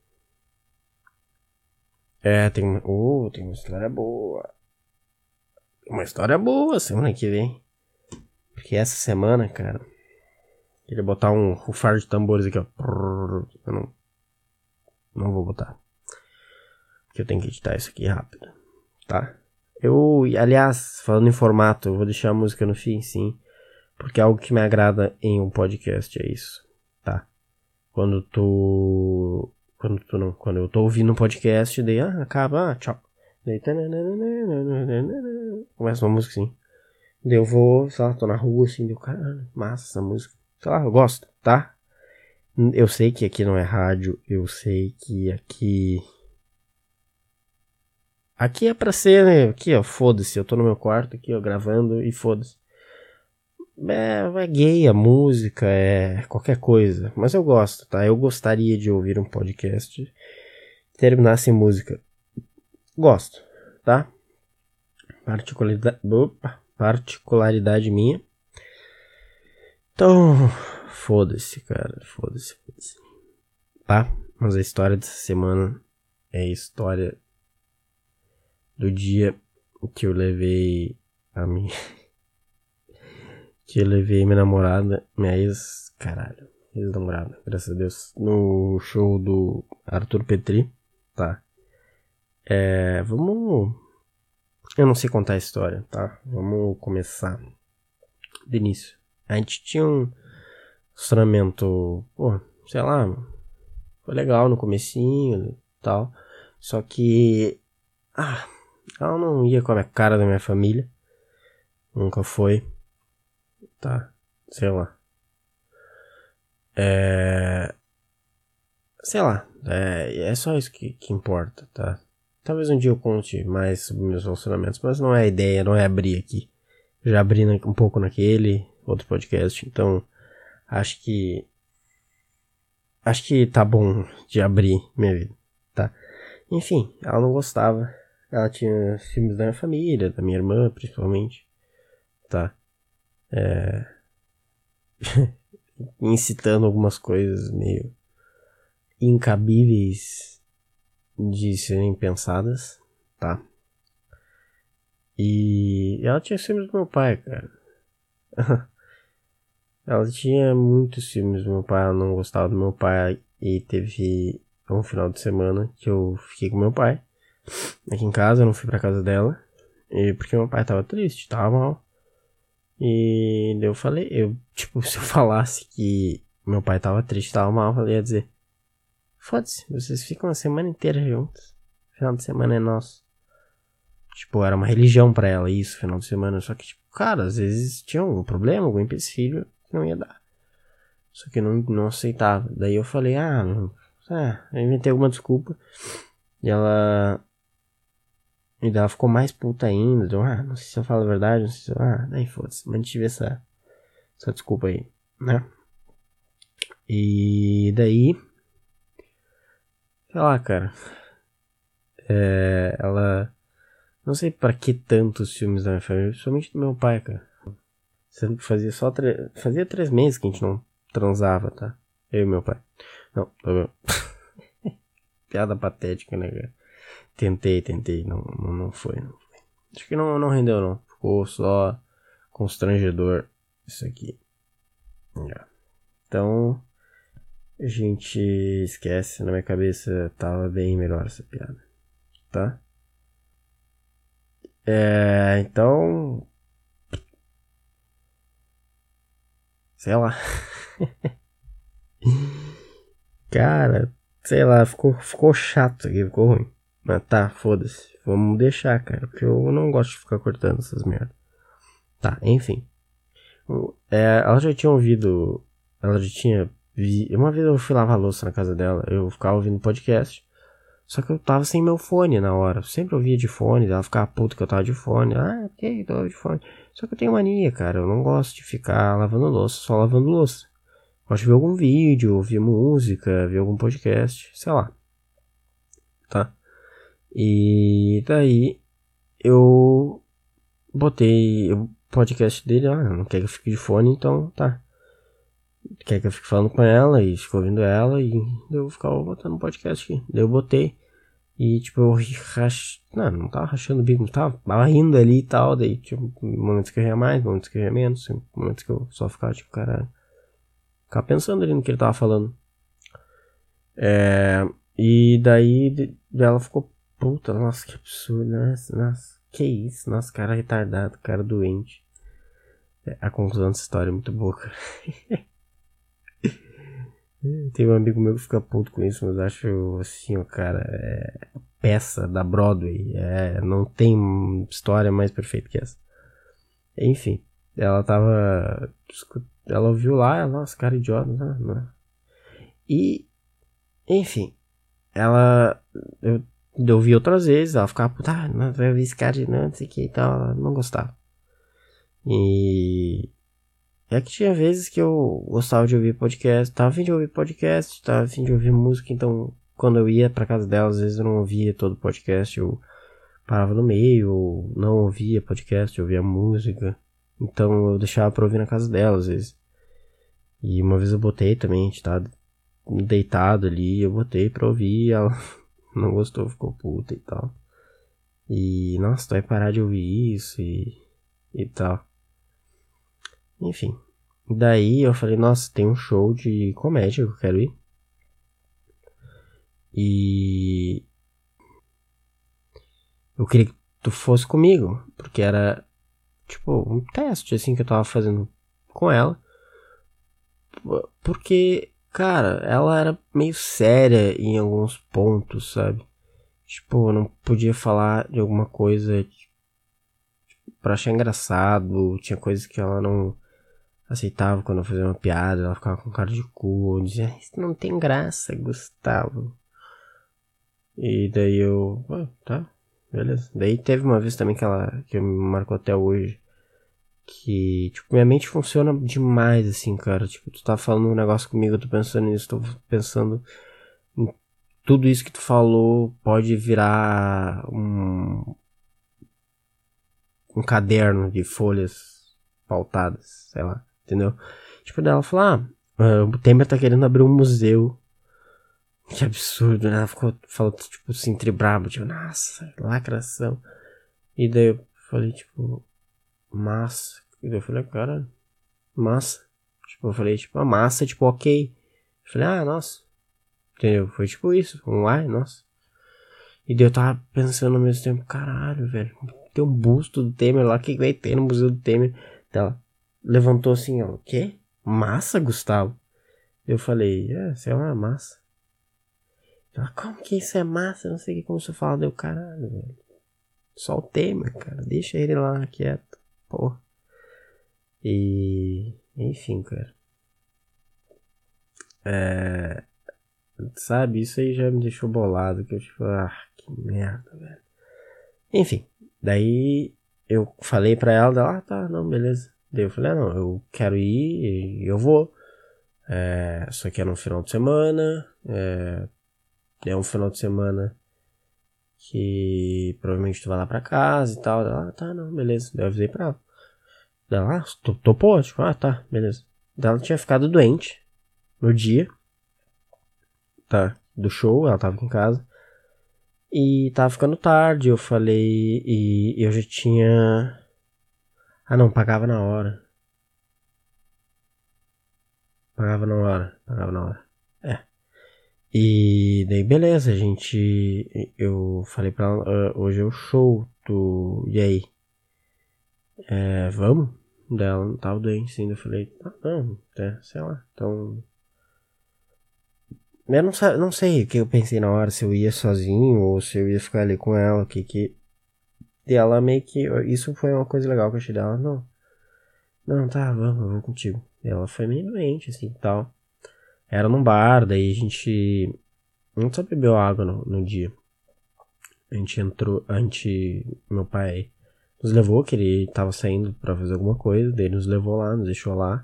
É, tem uma. Uh, tem uma história boa. Uma história boa semana que vem. Porque essa semana, cara. Queria botar um rufar de tambores aqui, ó. Eu não. Não vou botar. Porque eu tenho que editar isso aqui rápido. Tá? Eu, aliás, falando em formato, eu vou deixar a música no fim, sim. Porque é algo que me agrada em um podcast, é isso. Tá? Quando tu. Quando tu não. Quando eu tô ouvindo um podcast, daí, ah, acaba, ah, tchau. Daí. Começa uma música assim. Daí eu vou, sei lá, tô na rua assim, deu, caralho, massa essa música. Sei lá, eu gosto, tá? Eu sei que aqui não é rádio, eu sei que aqui. Aqui é pra ser, né? Aqui, ó, foda-se, eu tô no meu quarto aqui, ó, gravando e foda-se. É, é gay a música, é qualquer coisa. Mas eu gosto, tá? Eu gostaria de ouvir um podcast que terminasse em música. Gosto, tá? Particularidade, opa, particularidade minha. Então, foda-se, cara. Foda-se, foda-se. Tá? Mas a história dessa semana é a história do dia que eu levei a minha... que eu levei minha namorada, minha ex... Caralho, ex-namorada, graças a Deus, no show do Arthur Petri, tá? É... Vamos... Eu não sei contar a história, tá? Vamos começar do início. A gente tinha um relacionamento, pô, sei lá, foi legal no comecinho e tal. Só que... Ah, ela não ia com a minha cara da minha família. Nunca foi. Tá, sei lá. É... Sei lá, é, é só isso que, que importa, tá? Talvez um dia eu conte mais sobre meus relacionamentos, mas não é a ideia, não é abrir aqui. Já abri um pouco naquele outro podcast, então acho que... Acho que tá bom de abrir minha vida, tá? Enfim, ela não gostava. Ela tinha filmes da minha família, da minha irmã, principalmente, tá? É... incitando algumas coisas meio incabíveis de serem pensadas, tá? E ela tinha ciúmes do meu pai, cara. ela tinha muitos filmes do meu pai, ela não gostava do meu pai. E teve um final de semana que eu fiquei com meu pai aqui em casa, eu não fui pra casa dela. E porque meu pai tava triste, tava mal. E daí eu falei, eu, tipo, se eu falasse que meu pai tava triste, tava mal, eu ia dizer: foda-se, vocês ficam a semana inteira juntos. Final de semana é nosso. Tipo, era uma religião pra ela isso, final de semana. Só que, tipo, cara, às vezes tinha um problema, algum empecilho que não ia dar. Só que eu não, não aceitava. Daí eu falei, ah, não, ah, eu inventei alguma desculpa. E ela... E daí ela ficou mais puta ainda. Deu, ah, não sei se eu falo a verdade, não sei se eu... Ah, daí foda-se, mantive essa, essa desculpa aí, né? E daí... Sei lá, cara. É, ela... Não sei pra que tantos filmes da minha família, principalmente do meu pai, cara. Sendo que fazia só... Tre... Fazia três meses que a gente não transava, tá? Eu e meu pai. Não, tá bom. Piada patética, né, cara? Tentei, tentei. Não, não, não foi, não foi. Acho que não, não rendeu, não. Ficou só constrangedor isso aqui. Yeah. Então, a gente esquece. Na minha cabeça tava bem melhor essa piada. Tá? É, então... Sei lá. Cara, sei lá, ficou, ficou chato aqui, ficou ruim. Mas tá, foda-se. Vamos deixar, cara, porque eu não gosto de ficar cortando essas merdas. Tá, enfim. É, ela já tinha ouvido... Ela já tinha... Vi, uma vez eu fui lavar a louça na casa dela, eu ficava ouvindo podcast. Só que eu tava sem meu fone na hora. Eu sempre ouvia de fone, ela ficava puta que eu tava de fone. Ah, ok, tô de fone. Só que eu tenho mania, cara. Eu não gosto de ficar lavando louça, só lavando louça. Gosto de ver algum vídeo, ouvir música, ver algum podcast, sei lá. Tá? E daí eu botei o podcast dele, ah, não quer que eu fique de fone, então tá. Quer que eu fique falando com ela e fico ouvindo ela e eu ficava botando um podcast aqui. Daí eu botei e tipo eu rach... Não, não tava rachando o bico, não tava, tava rindo ali e tal. Daí tipo, momentos que eu ria mais, momentos que eu ria menos, momentos que eu só ficava tipo, caralho. Ficava pensando ali no que ele tava falando. É... E daí ela ficou puta, nossa, que absurdo, nossa, nossa, que isso, nossa, cara retardado, cara doente. É, a conclusão dessa história é muito boa, cara. Tem um amigo meu que fica puto com isso, mas eu acho assim, o cara, é peça da Broadway, é, não tem história mais perfeita que essa. Enfim, ela tava, ela ouviu lá, nossa, cara idiota, não, não. E, enfim, ela, eu, eu ouvi outras vezes, ela ficava puta, ah, não vai ouvir esse cara de não, não sei o que e tal, ela não gostava. E... É que tinha vezes que eu gostava de ouvir podcast, tava a fim de ouvir podcast, tava a fim de ouvir música, então quando eu ia pra casa dela, às vezes eu não ouvia todo o podcast, eu parava no meio, ou não ouvia podcast, eu ouvia música, então eu deixava pra ouvir na casa dela, às vezes. E uma vez eu botei também, a gente tava deitado ali, eu botei pra ouvir, e ela não gostou, ficou puta e tal. E, nossa, tu vai parar de ouvir isso e, e tal. Enfim, daí eu falei, nossa, tem um show de comédia que eu quero ir. E eu queria que tu fosse comigo, porque era, tipo, um teste, assim, que eu tava fazendo com ela. Porque, cara, ela era meio séria em alguns pontos, sabe? Tipo, eu não podia falar de alguma coisa tipo, pra achar engraçado, tinha coisas que ela não... aceitava quando eu fazia uma piada, ela ficava com cara de cu, eu dizia, isso não tem graça, Gustavo. E daí eu, ah, tá, beleza. Daí teve uma vez também que ela, que me marcou até hoje, que, tipo, minha mente funciona demais, assim, cara. Tipo, tu tá falando um negócio comigo, eu tô pensando nisso, tô pensando em tudo isso que tu falou pode virar um, um caderno de folhas pautadas, sei lá, entendeu? Tipo, daí ela falou, ah, o Temer tá querendo abrir um museu. Que absurdo, né? Ela ficou falando, tipo, assim, entre brabo, tipo, nossa, lacração. E daí eu falei, tipo, massa. E daí eu falei, cara, massa. Tipo, eu falei, tipo, a massa, tipo, ok. Eu falei, ah, nossa. Entendeu? Foi tipo isso. Um ai, nossa. E daí eu tava pensando ao mesmo tempo, caralho, velho. Tem um busto do Temer lá, o que vai ter no Museu do Temer? Ela levantou assim, ó, o quê? Massa, Gustavo? Eu falei, é, isso é uma massa. Ela, como que isso é massa? Eu não sei o que começou a falar. Deu, caralho, velho. Só o Temer, cara. Deixa ele lá quieto. Porra. E... enfim, cara. É... sabe, isso aí já me deixou bolado. Que eu tipo, ah, que merda, velho. Enfim. Daí eu falei pra ela, ela, ah, tá, não, beleza. Daí eu falei, ah, não, eu quero ir e eu vou. É... só que é no final de semana. É... é um final de semana que provavelmente tu vai lá pra casa e tal. Ah, tá, não, beleza. Daí eu avisei pra ela. Ela, ah, topou? Tipo, ah, tá, beleza. Daí ela tinha ficado doente no dia, tá, do show, ela tava aqui em casa. E tava ficando tarde, eu falei, e eu já tinha... ah, não, pagava na hora. Pagava na hora, pagava na hora. É. E daí, beleza, a gente... eu falei pra ela, ah, hoje é o show, tu... e aí? É, vamos? Daí ela não tava doente ainda, eu falei, ah, não, é, sei lá, então... eu não, sa- não sei o que eu pensei na hora, se eu ia sozinho ou se eu ia ficar ali com ela, que que... e ela meio que... isso foi uma coisa legal que eu achei dela, não, não, tá, vamos, eu vou contigo. E ela foi meio doente, assim, tal. Era num bar, daí a gente... não só bebeu água no, no dia. A gente entrou, a gente... meu pai nos levou, que ele tava saindo pra fazer alguma coisa, daí ele nos levou lá, nos deixou lá.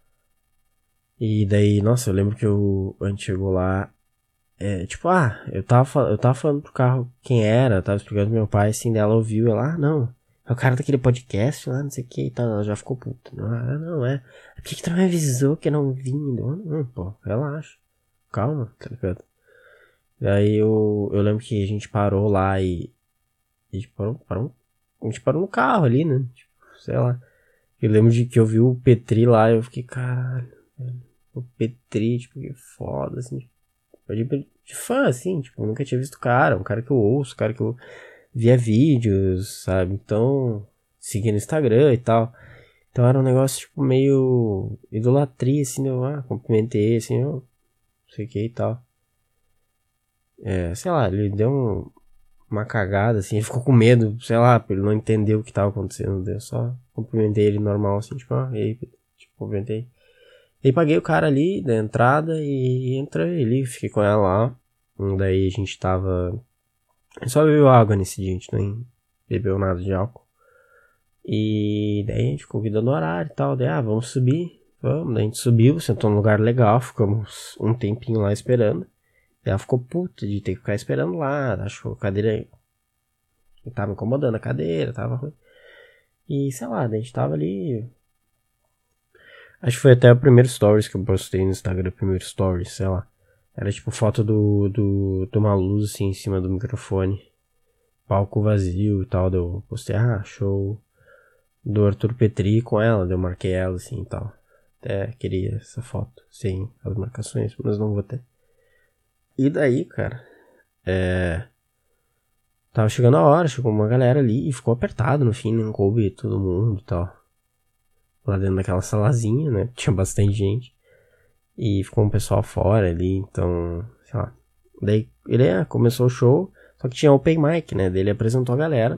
E daí, nossa, eu lembro que eu, a gente chegou lá, é, tipo, ah, eu tava, eu tava falando pro carro quem era, eu tava explicando pro meu pai, assim, dela ouviu, ela, ah, não, é o cara daquele podcast lá, não sei o que e tal, ela já ficou puta. Ah, não, é, por que que tu não me avisou que eu não vim? Não, não, pô, relaxa, calma, tá ligado? Daí eu, eu lembro que a gente parou lá e, e a gente parou, parou, a gente parou no carro ali, né, tipo, sei lá. Eu lembro de que eu vi o Petri lá e eu fiquei, caralho, velho, o Petri, tipo, que foda, assim, tipo, de, de fã, assim, tipo, eu nunca tinha visto o cara, um cara que eu ouço, um cara que eu via vídeos, sabe, então, seguia no Instagram e tal, então era um negócio, tipo, meio idolatria, assim, eu, ah, cumprimentei, assim, eu, não sei o que e tal, é, sei lá, ele deu um, uma cagada, assim, ele ficou com medo, sei lá, ele não entendeu o que tava acontecendo, eu só cumprimentei ele normal, assim, tipo, ah, e aí, tipo, cumprimentei. E paguei o cara ali da entrada e entrei ali, fiquei com ela lá. Daí a gente tava... a gente só bebeu água nesse dia, a gente nem bebeu nada de álcool. E daí a gente ficou dando horário e tal. Daí, ah, vamos subir. Vamos, daí a gente subiu, sentou num lugar legal, ficamos um tempinho lá esperando. E ela ficou puta de ter que ficar esperando lá, achou a cadeira... tava incomodando a cadeira, tava ruim. E sei lá, daí a gente tava ali... acho que foi até o primeiro stories que eu postei no Instagram, o primeiro stories, sei lá. Era tipo foto do, do, de uma luz assim em cima do microfone. Palco vazio e tal. Daí eu postei, ah, show do Arthur Petri com ela. Daí eu marquei ela assim e tal. Até queria essa foto sem as marcações, mas não vou ter. E daí, cara, é... tava chegando a hora, chegou uma galera ali e ficou apertado no fim, não coube todo mundo e tal. Lá dentro daquela salazinha, né? Tinha bastante gente. E ficou um pessoal fora ali, então, sei lá. Daí ele é, começou o show, só que tinha open mic, né? Daí ele apresentou a galera.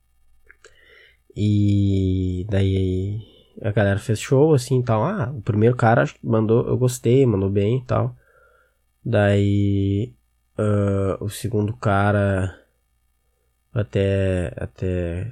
E daí a galera fez show assim e tal. Ah, o primeiro cara acho que mandou, eu gostei, mandou bem e tal. Daí uh, o segundo cara até até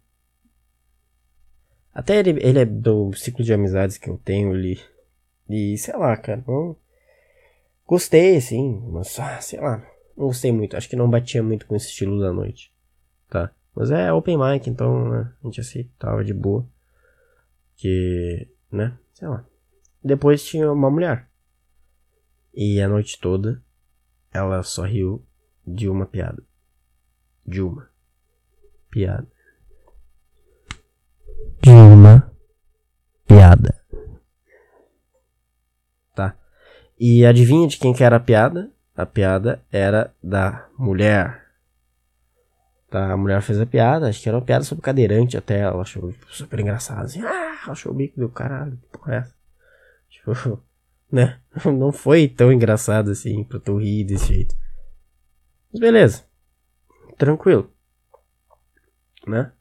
até ele, ele é do ciclo de amizades que eu tenho ali. E sei lá, cara, não gostei, assim, mas, ah, sei lá, não gostei muito. Acho que não batia muito com esse estilo da noite, tá? Mas é open mic, então, né, a gente aceitava de boa. Que, né, sei lá. Depois tinha uma mulher. E a noite toda, ela só riu de uma piada. De uma piada. De uma piada. E adivinha de quem que era a piada? A piada era da mulher. Tá, a mulher fez a piada, acho que era uma piada sobre cadeirante até, ela achou super engraçado, assim, ah, achou o bico do caralho, que porra é essa? Tipo, né, não foi tão engraçado assim, pra tu rir desse jeito. Mas beleza, tranquilo, né?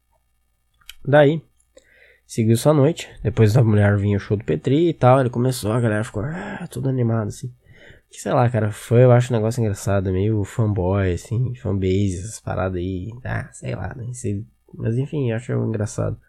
Daí, seguiu sua noite, depois da mulher vinha o show do Petri e tal, ele começou, a galera ficou, ah, tudo animado, assim. Que sei lá, cara, foi, eu acho um negócio engraçado, meio fanboy, assim, fanbase, essas paradas aí, ah, sei lá, nem sei, mas enfim, eu acho engraçado.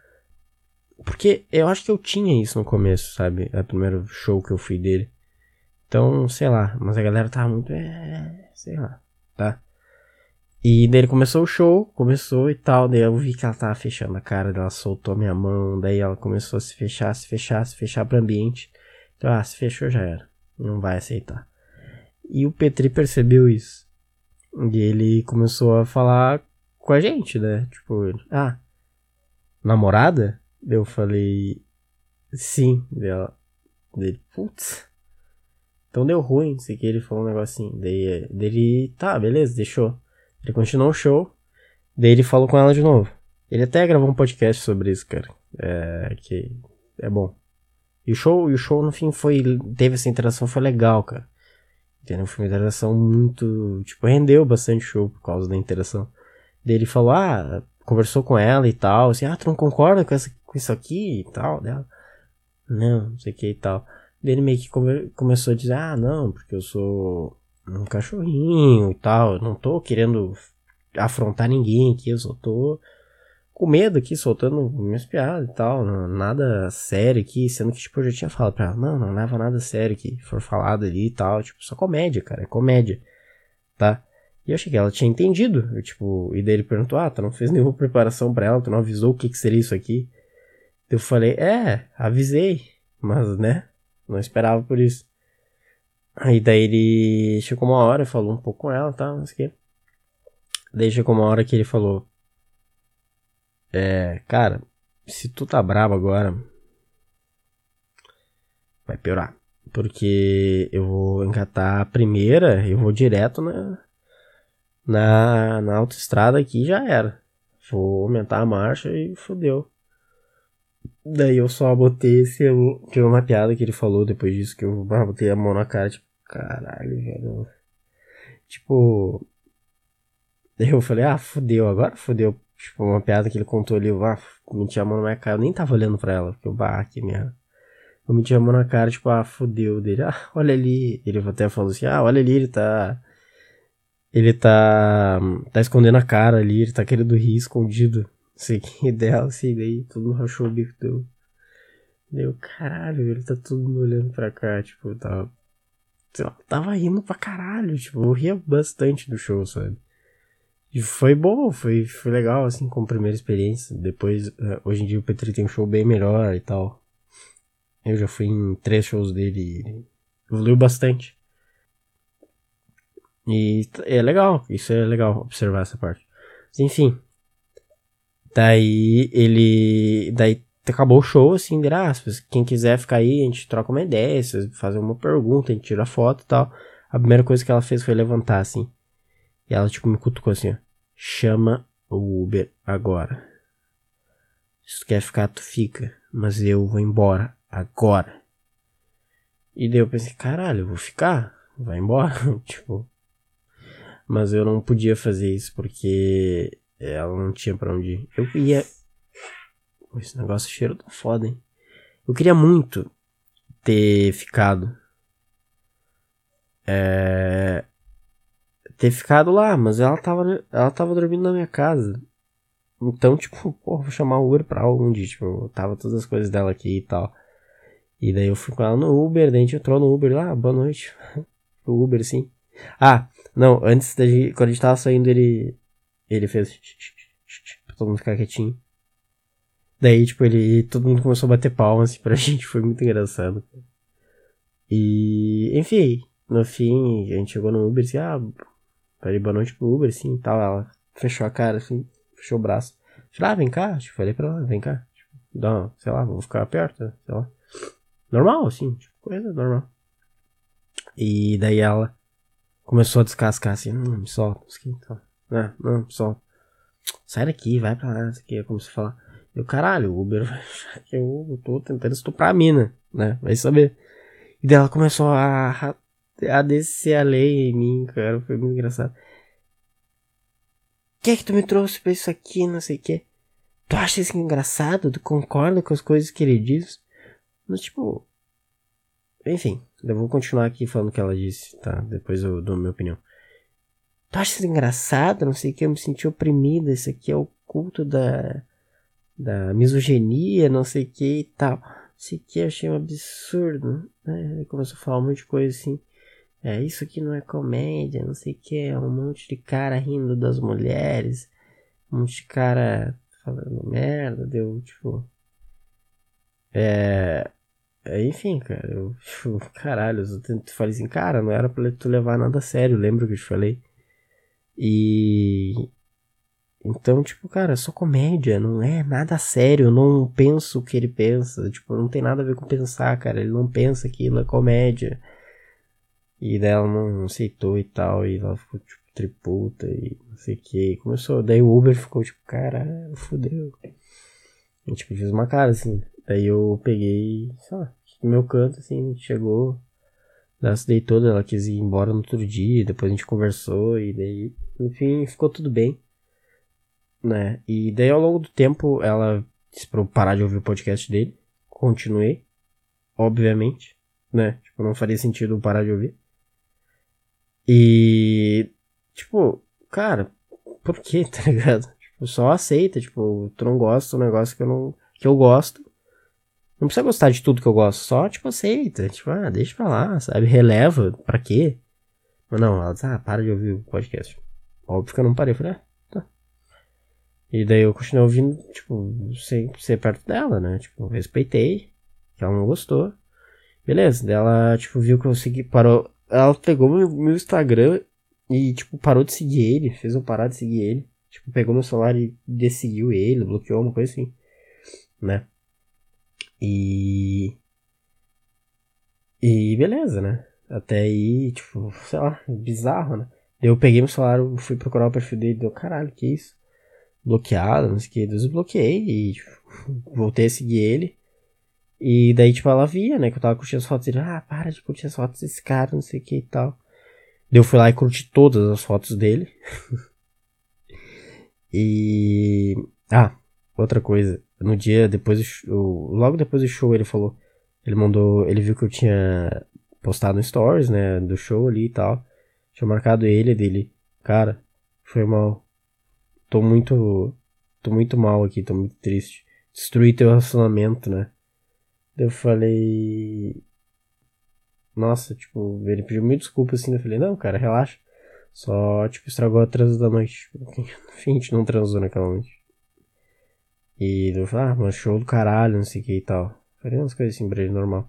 Porque eu acho que eu tinha isso no começo, sabe, é o primeiro show que eu fui dele. Então, sei lá, mas a galera tava muito, é, sei lá, tá? E daí ele começou o show, começou e tal, daí eu vi que ela tava fechando a cara, daí ela soltou a minha mão, daí ela começou a se fechar, se fechar, se fechar pro ambiente. Então, ah, se fechou já era, não vai aceitar. E o Petri percebeu isso. E ele começou a falar com a gente, né? Tipo, ah, namorada? Eu falei, sim. Dela, dele, putz. Então deu ruim, não sei o que. Ele falou um negocinho. Daí ele, tá, beleza, deixou. Ele continuou o show. Daí ele falou com ela de novo. Ele até gravou um podcast sobre isso, cara. É, que é bom. E o show, e o show no fim foi, teve essa interação, foi legal, cara. Entendeu? Foi uma interação muito, tipo, rendeu bastante show por causa da interação. Daí ele falou, ah, conversou com ela e tal, assim, ah, tu não concorda com, essa, com isso aqui e tal, dela? Não, não sei o que e tal. Daí ele meio que come, começou a dizer, ah, não, porque eu sou um cachorrinho e tal, eu não tô querendo afrontar ninguém aqui, eu só tô com medo aqui, soltando minhas piadas e tal, não, nada sério aqui, sendo que, tipo, eu já tinha falado pra ela, não, não leva nada sério que for falado ali e tal, tipo, só comédia, cara, é comédia, tá? E eu achei que ela tinha entendido, eu, tipo, e daí ele perguntou, ah, tu não fez nenhuma preparação pra ela, tu não avisou o que que seria isso aqui? Eu falei, é, avisei, mas, né, não esperava por isso. Aí daí ele chegou uma hora, falou um pouco com ela, tá, não sei o quê. Daí chegou uma hora que ele falou, é, cara, se tu tá brabo agora, vai piorar. Porque eu vou engatar a primeira, eu vou direto na, na, na autoestrada aqui e já era. Vou aumentar a marcha e fodeu. Daí eu só botei esse. Tive uma piada que ele falou depois disso, que eu ah, botei a mão na cara, tipo, caralho, velho. Tipo. Daí eu falei, ah, fodeu, agora fodeu. Tipo, uma piada que ele contou ali, eu, ah, meti a mão na minha cara, eu nem tava olhando pra ela, porque eu, bah, que merda. Eu meti a mão na cara, tipo, ah, fodeu dele. Ah, olha ali. Ele até falou assim, ah, olha ali, ele tá. Ele tá. Tá escondendo a cara ali, ele tá querendo rir escondido. Não sei o que dela, assim, daí todo mundo rachou o bico deu. Deu, caralho, ele tá todo mundo olhando pra cá, tipo, tava. Sei lá, tava rindo pra caralho, tipo, eu ria bastante do show, sabe? E foi bom, foi, foi legal, assim, como primeira experiência. Depois, hoje em dia o Petri tem um show bem melhor e tal. Eu já fui em três shows dele e ele evoluiu bastante. E é legal, isso é legal observar essa parte. Mas, enfim. Daí ele. Daí acabou o show, assim, de aspas. Quem quiser ficar aí, a gente troca uma ideia, fazer uma pergunta, a gente tira foto e tal. A primeira coisa que ela fez foi levantar, assim. E ela, tipo, me cutucou assim, ó. Chama o Uber agora. Se tu quer ficar, tu fica. Mas eu vou embora agora. E daí eu pensei, caralho, eu vou ficar? Vai embora? Tipo. Mas eu não podia fazer isso porque ela não tinha pra onde ir. Eu ia. Esse negócio cheiro tá foda, hein? Eu queria muito ter ficado. É. Ter ficado lá, mas ela tava, ela tava dormindo na minha casa. Então, tipo, porra, vou chamar o Uber pra onde? Tipo, tava todas as coisas dela aqui e tal. E daí eu fui com ela no Uber, daí a gente entrou no Uber lá, boa noite. O Uber, sim. Ah, não, antes da gente, quando a gente tava saindo, ele, ele fez pra todo mundo ficar quietinho. Daí, tipo, ele, todo mundo começou a bater palmas, assim, pra gente, foi muito engraçado. E, enfim, no fim, a gente chegou no Uber, assim, ah, falei boa noite pro Uber, assim, e tal, ela fechou a cara, assim, fechou o braço. Falei, ah, vem cá, tipo, falei pra ela, vem cá, tipo, dá, sei lá, vou ficar perto, sei lá. Normal, assim, tipo, coisa normal. E daí ela começou a descascar assim, não, me solta, não, não, não, me solta. Sai daqui, vai pra lá, isso aqui, eu comecei a falar. Eu, caralho, o Uber vai achar que eu tô tentando estuprar a mina, né? Vai saber. E daí ela começou a, a descer a lei em mim, cara, foi muito engraçado. Que é que tu me trouxe pra isso aqui, não sei o que? Tu acha isso engraçado? Tu concorda com as coisas que ele diz? Mas tipo... Enfim, eu vou continuar aqui falando o que ela disse, tá? Depois eu dou a minha opinião. Tu acha isso engraçado? Não sei o que, eu me senti oprimida. Isso aqui é o culto da... Da misoginia, não sei o que e tal. Isso aqui eu achei um absurdo. Né? Ele começou a falar um monte de coisa assim. É, isso aqui não é comédia, não sei o que. É um monte de cara rindo das mulheres. Um monte de cara falando merda. Deu, tipo... É... Enfim, cara, eu, tipo, caralho, eu falei assim, cara, não era pra tu levar nada a sério, lembra que eu te falei? E... Então, tipo, cara, é só comédia, não é nada sério, eu não penso o que ele pensa, tipo, não tem nada a ver com pensar, cara, ele não pensa aquilo, é comédia. E daí ela não aceitou e tal, e ela ficou, tipo, triputa e não sei o que. Começou, daí o Uber ficou, tipo, caralho, fodeu. E, tipo, fiz uma cara, assim, daí eu peguei, sei lá, no meu canto, assim, chegou, ela se deitou, ela quis ir embora no outro dia, depois a gente conversou, e daí, enfim, ficou tudo bem. Né? E daí ao longo do tempo ela disse pra eu parar de ouvir o podcast dele. Continuei. Obviamente. Né? Tipo, não faria sentido eu parar de ouvir. E... Tipo, cara, por que, tá ligado? Tipo, só aceita, tipo, tu não gosta do negócio que eu não... Que eu gosto. Não precisa gostar de tudo que eu gosto. Só, tipo, aceita. Tipo, ah, deixa pra lá, sabe? Releva. Pra quê? Mas não, ela diz, ah, para de ouvir o podcast. Óbvio que eu não parei. Eu falei, ah, e daí eu continuei ouvindo, tipo, sem ser perto dela, né? Tipo, respeitei, que ela não gostou. Beleza, daí ela, tipo, viu que eu segui, parou. Ela pegou meu, meu Instagram e, tipo, parou de seguir ele, fez eu parar de seguir ele. Tipo, pegou meu celular e desseguiu ele, bloqueou, uma coisa assim, né? E. E beleza, né? Até aí, tipo, sei lá, bizarro, né? Eu peguei meu celular, fui procurar o perfil dele, deu caralho, que isso? Bloqueado, não sei o que, desbloqueei e tipo, voltei a seguir ele. E daí, tipo, ela via, né, que eu tava curtindo as fotos dele. Ah, para de curtir as fotos desse cara, não sei o que e tal. Daí eu fui lá e curti todas as fotos dele. E... Ah, outra coisa. No dia depois do show, logo depois do show ele falou... Ele mandou... Ele viu que eu tinha postado no stories, né, do show ali e tal. Tinha marcado ele, dele. Cara, foi mal. Tô muito... Tô muito mal aqui, tô muito triste. Destruí teu relacionamento, né? Eu falei... Nossa, tipo, ele pediu mil desculpas assim. Eu falei, não, cara, relaxa. Só, tipo, estragou a transa da noite. Enfim, a gente não transou naquela noite. E eu falei, ah, mas show do caralho, não sei o que e tal. Falei umas coisas assim pra ele, normal.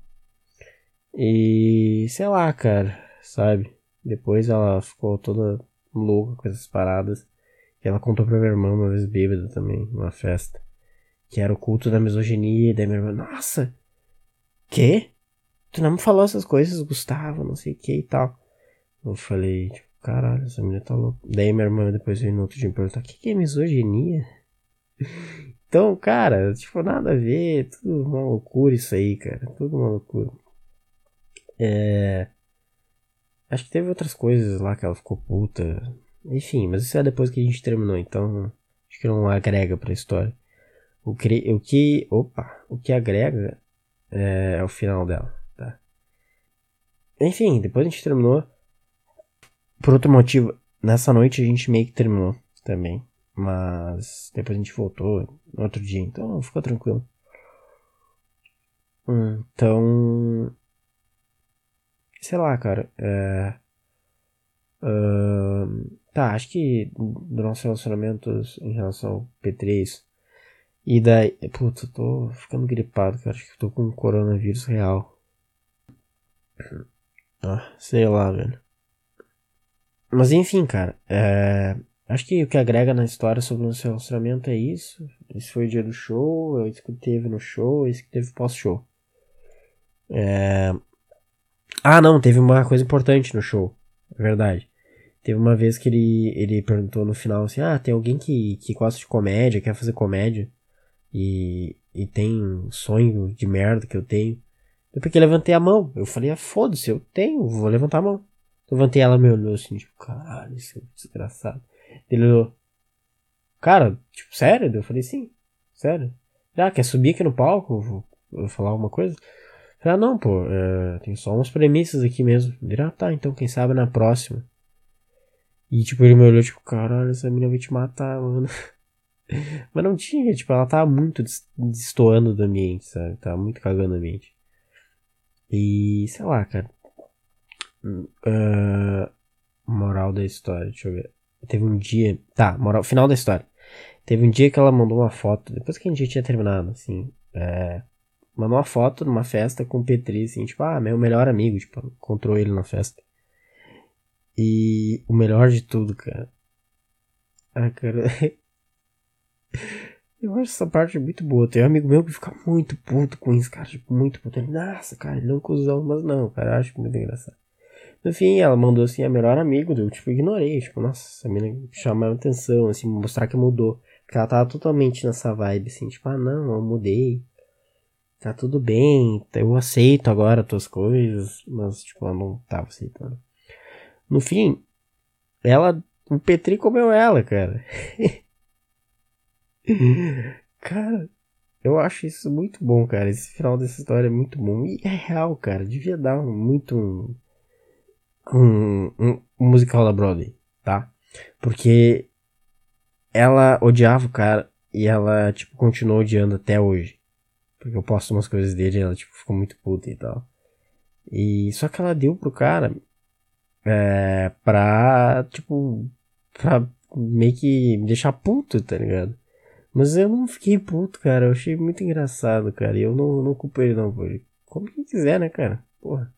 E, sei lá, cara, sabe? Depois ela ficou toda louca com essas paradas. E ela contou pra minha irmã uma vez bêbada também, numa festa. Que era o culto da misoginia. E daí minha irmã, nossa, quê? Tu não me falou essas coisas, Gustavo, não sei o que e tal. Eu falei, tipo, caralho, essa menina tá louca. Daí minha irmã depois veio no outro dia me perguntar, o que, que é misoginia? Então, cara, tipo, nada a ver, tudo uma loucura isso aí, cara, tudo uma loucura. É... Acho que teve outras coisas lá que ela ficou puta. Enfim, mas isso é depois que a gente terminou, então acho que não agrega pra história. O que, o que, opa, o que agrega é, é o final dela, tá? Enfim, depois a gente terminou. Por outro motivo, nessa noite a gente meio que terminou também. Mas depois a gente voltou no outro dia, então ficou tranquilo. Então. Sei lá, cara. É. Uh, tá, acho que do nosso relacionamento em relação ao P três. E daí. Putz, eu tô ficando gripado, cara. Acho que eu tô com um coronavírus real. Ah, sei lá, velho. Mas enfim, cara. É. Acho que o que agrega na história sobre o nosso relacionamento é isso. Esse foi o dia do show, é isso que teve no show, é isso que teve pós-show. É... Ah, não, teve uma coisa importante no show. É verdade. Teve uma vez que ele, ele perguntou no final assim, ah, tem alguém que, que gosta de comédia, quer fazer comédia e, e tem um sonho de merda que eu tenho. Eu porque levantei a mão. Eu falei, ah, foda-se, eu tenho, vou levantar a mão. Levantei, ela me olhou assim, tipo, caralho, isso é desgraçado. Ele olhou, cara, tipo, sério? Eu falei, sim, sério. Ah, quer subir aqui no palco? Vou, vou falar alguma coisa? Eu falei, ah, não, pô, é, tem só umas premissas aqui mesmo. Ele, ah, tá, então quem sabe na próxima. E, tipo, ele me olhou, tipo, caralho, essa menina vai te matar, mano. Mas não tinha, tipo, ela tava muito destoando do ambiente, sabe? Tava muito cagando o ambiente. E, sei lá, cara. Uh, moral da história, deixa eu ver. Teve um dia. Tá, moral, final da história. Teve um dia que ela mandou uma foto, depois que a gente tinha terminado, assim. É, mandou uma foto numa festa com o Petri, assim, tipo, ah, meu melhor amigo, tipo, encontrou ele na festa. E o melhor de tudo, cara. Ah, cara. Eu acho essa parte muito boa. Tem um amigo meu que fica muito puto com isso, cara. Tipo, muito puto. Ele, nossa, cara, ele não é um cuzão, mas não, cara, eu acho muito engraçado. No fim, ela mandou assim, a melhor amigo, eu tipo, ignorei. Tipo, nossa, a menina chamou atenção, assim, mostrar que mudou. Porque ela tava totalmente nessa vibe, assim, tipo, ah, não, eu mudei. Tá tudo bem, eu aceito agora as tuas coisas. Mas, tipo, ela não tava aceitando. No fim, ela, o Petri comeu ela, cara. Cara, eu acho isso muito bom, cara. Esse final dessa história é muito bom. E é real, cara. Devia dar um, muito um, um, um, um musical da Broadway, tá? Porque ela odiava o cara e ela, tipo, continuou odiando até hoje. Porque eu posto umas coisas dele e ela, tipo, ficou muito puta e tal. E só que ela deu pro cara é, pra, tipo, pra meio que me deixar puto, tá ligado? Mas eu não fiquei puto, cara. Eu achei muito engraçado, cara. E eu não, não culpo ele, não, pô. Como quem quiser, né, cara? Porra.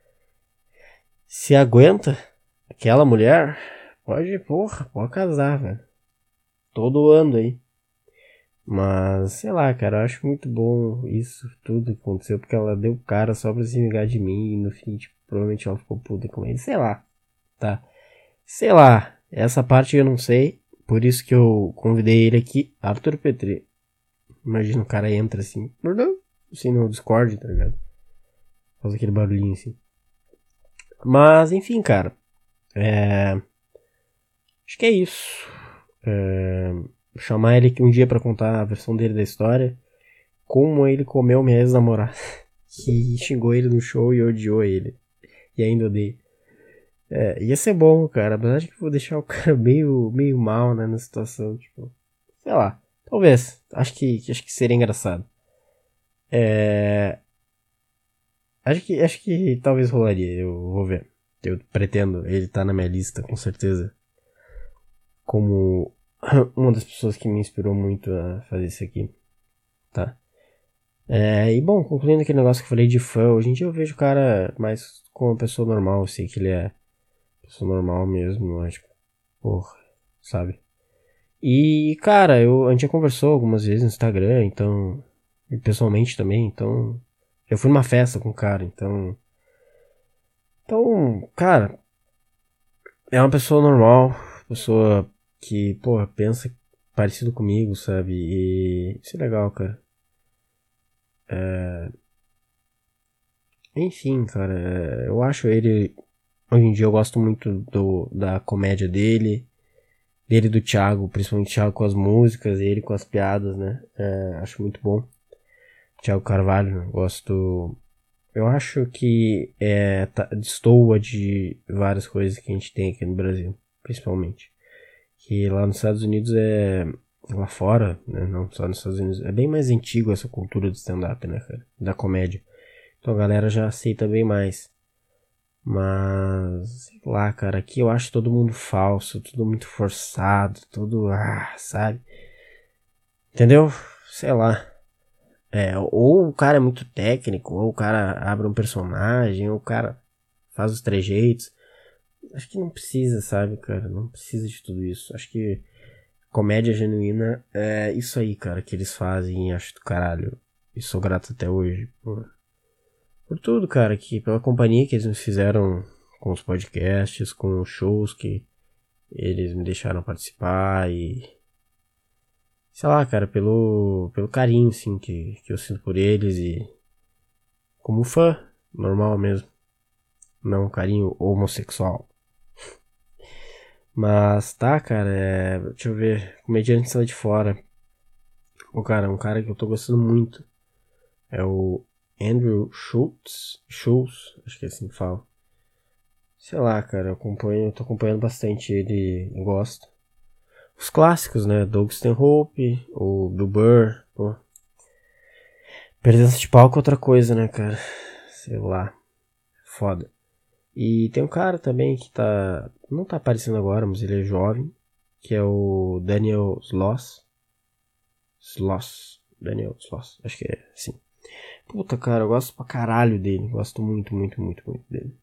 Se aguenta aquela mulher, pode, porra, pode casar, velho. Todo ano aí. Mas, sei lá, cara, eu acho muito bom isso tudo que aconteceu, porque ela deu cara só pra se vingar de mim e no fim, tipo, provavelmente ela ficou puta com ele. Sei lá, tá? Sei lá, essa parte eu não sei. Por isso que eu convidei ele aqui, Arthur Petri. Imagina o cara entra assim, assim no Discord, tá ligado? Faz aquele barulhinho assim. Mas, enfim, cara. É... Acho que é isso. É... Vou chamar ele aqui um dia pra contar a versão dele da história. Como ele comeu minha ex-namorada. Que xingou ele no show e odiou ele. E ainda odeia. É, ia ser bom, cara. Apesar de que eu vou deixar o cara meio, meio mal, né, na situação. Tipo, sei lá. Talvez. Acho que, acho que seria engraçado. É... Acho que, acho que talvez rolaria. Eu vou ver. Eu pretendo. Ele tá na minha lista, com certeza. Como uma das pessoas que me inspirou muito a fazer isso aqui. Tá? É, e bom, concluindo aquele negócio que eu falei de fã, hoje em dia eu vejo o cara mais como uma pessoa normal, eu sei que ele é pessoa normal mesmo, mas tipo, porra, sabe? E, cara, eu, a gente já conversou algumas vezes no Instagram, então, e pessoalmente também, então, eu fui numa festa com o cara, então, então, cara, é uma pessoa normal, pessoa que, porra, pensa parecido comigo, sabe? E isso é legal, cara. É, enfim, cara, é, eu acho ele. Hoje em dia eu gosto muito do, da comédia dele, dele e do Thiago, principalmente o Thiago com as músicas e ele com as piadas, né? É, acho muito bom. Thiago Carvalho, gosto. Eu acho que é, tá, destoa de várias coisas que a gente tem aqui no Brasil, principalmente. Que lá nos Estados Unidos é. Lá fora, né? Não só nos Estados Unidos, é bem mais antigo essa cultura do stand-up, né, cara? Da comédia. Então a galera já aceita bem mais. Mas, sei lá, cara, aqui eu acho todo mundo falso, tudo muito forçado, tudo, ah, sabe? Entendeu? Sei lá. É, ou o cara é muito técnico, ou o cara abre um personagem, ou o cara faz os trejeitos. Acho que não precisa, sabe, cara? Não precisa de tudo isso. Acho que comédia genuína é isso aí, cara, que eles fazem e acho do caralho. E sou grato até hoje. Pô. por tudo, cara, que pela companhia que eles me fizeram com os podcasts, com os shows que eles me deixaram participar e... sei lá, cara, pelo, pelo carinho, assim, que, que eu sinto por eles e... como fã, normal mesmo. Não um carinho homossexual. Mas tá, cara, é... deixa eu ver. Comediantes lá de fora. O cara, um cara que eu tô gostando muito. É o Andrew Schultz. Schultz, acho que é assim que fala. Sei lá, cara, eu acompanho, eu tô acompanhando bastante ele e gosto. Os clássicos, né? Doug Stanhope, o Bill Burr, pô. Presença de palco é outra coisa, né, cara? Sei lá. Foda. E tem um cara também que tá... não tá aparecendo agora, mas ele é jovem. Que é o Daniel Sloss. Sloss. Daniel Sloss. Acho que é assim. Puta, cara, eu gosto pra caralho dele. Gosto muito, muito, muito, muito dele.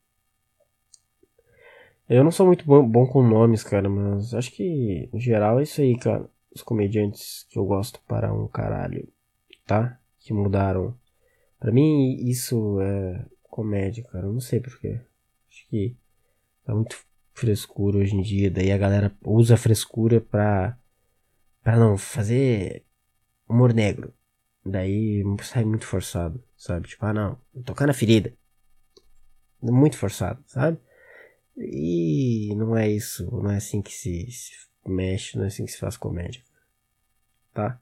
Eu não sou muito bom, bom com nomes, cara, mas acho que, em geral, é isso aí, cara. Os comediantes que eu gosto para um caralho, tá? Que mudaram. Pra mim, isso é comédia, cara. Eu não sei porquê. Acho que tá muito frescura hoje em dia. Daí a galera usa a frescura pra, pra não fazer humor negro. Daí sai muito forçado, sabe? Tipo, ah não, tocar na ferida. Muito forçado, sabe? E não é isso, não é assim que se, se mexe, não é assim que se faz comédia, tá?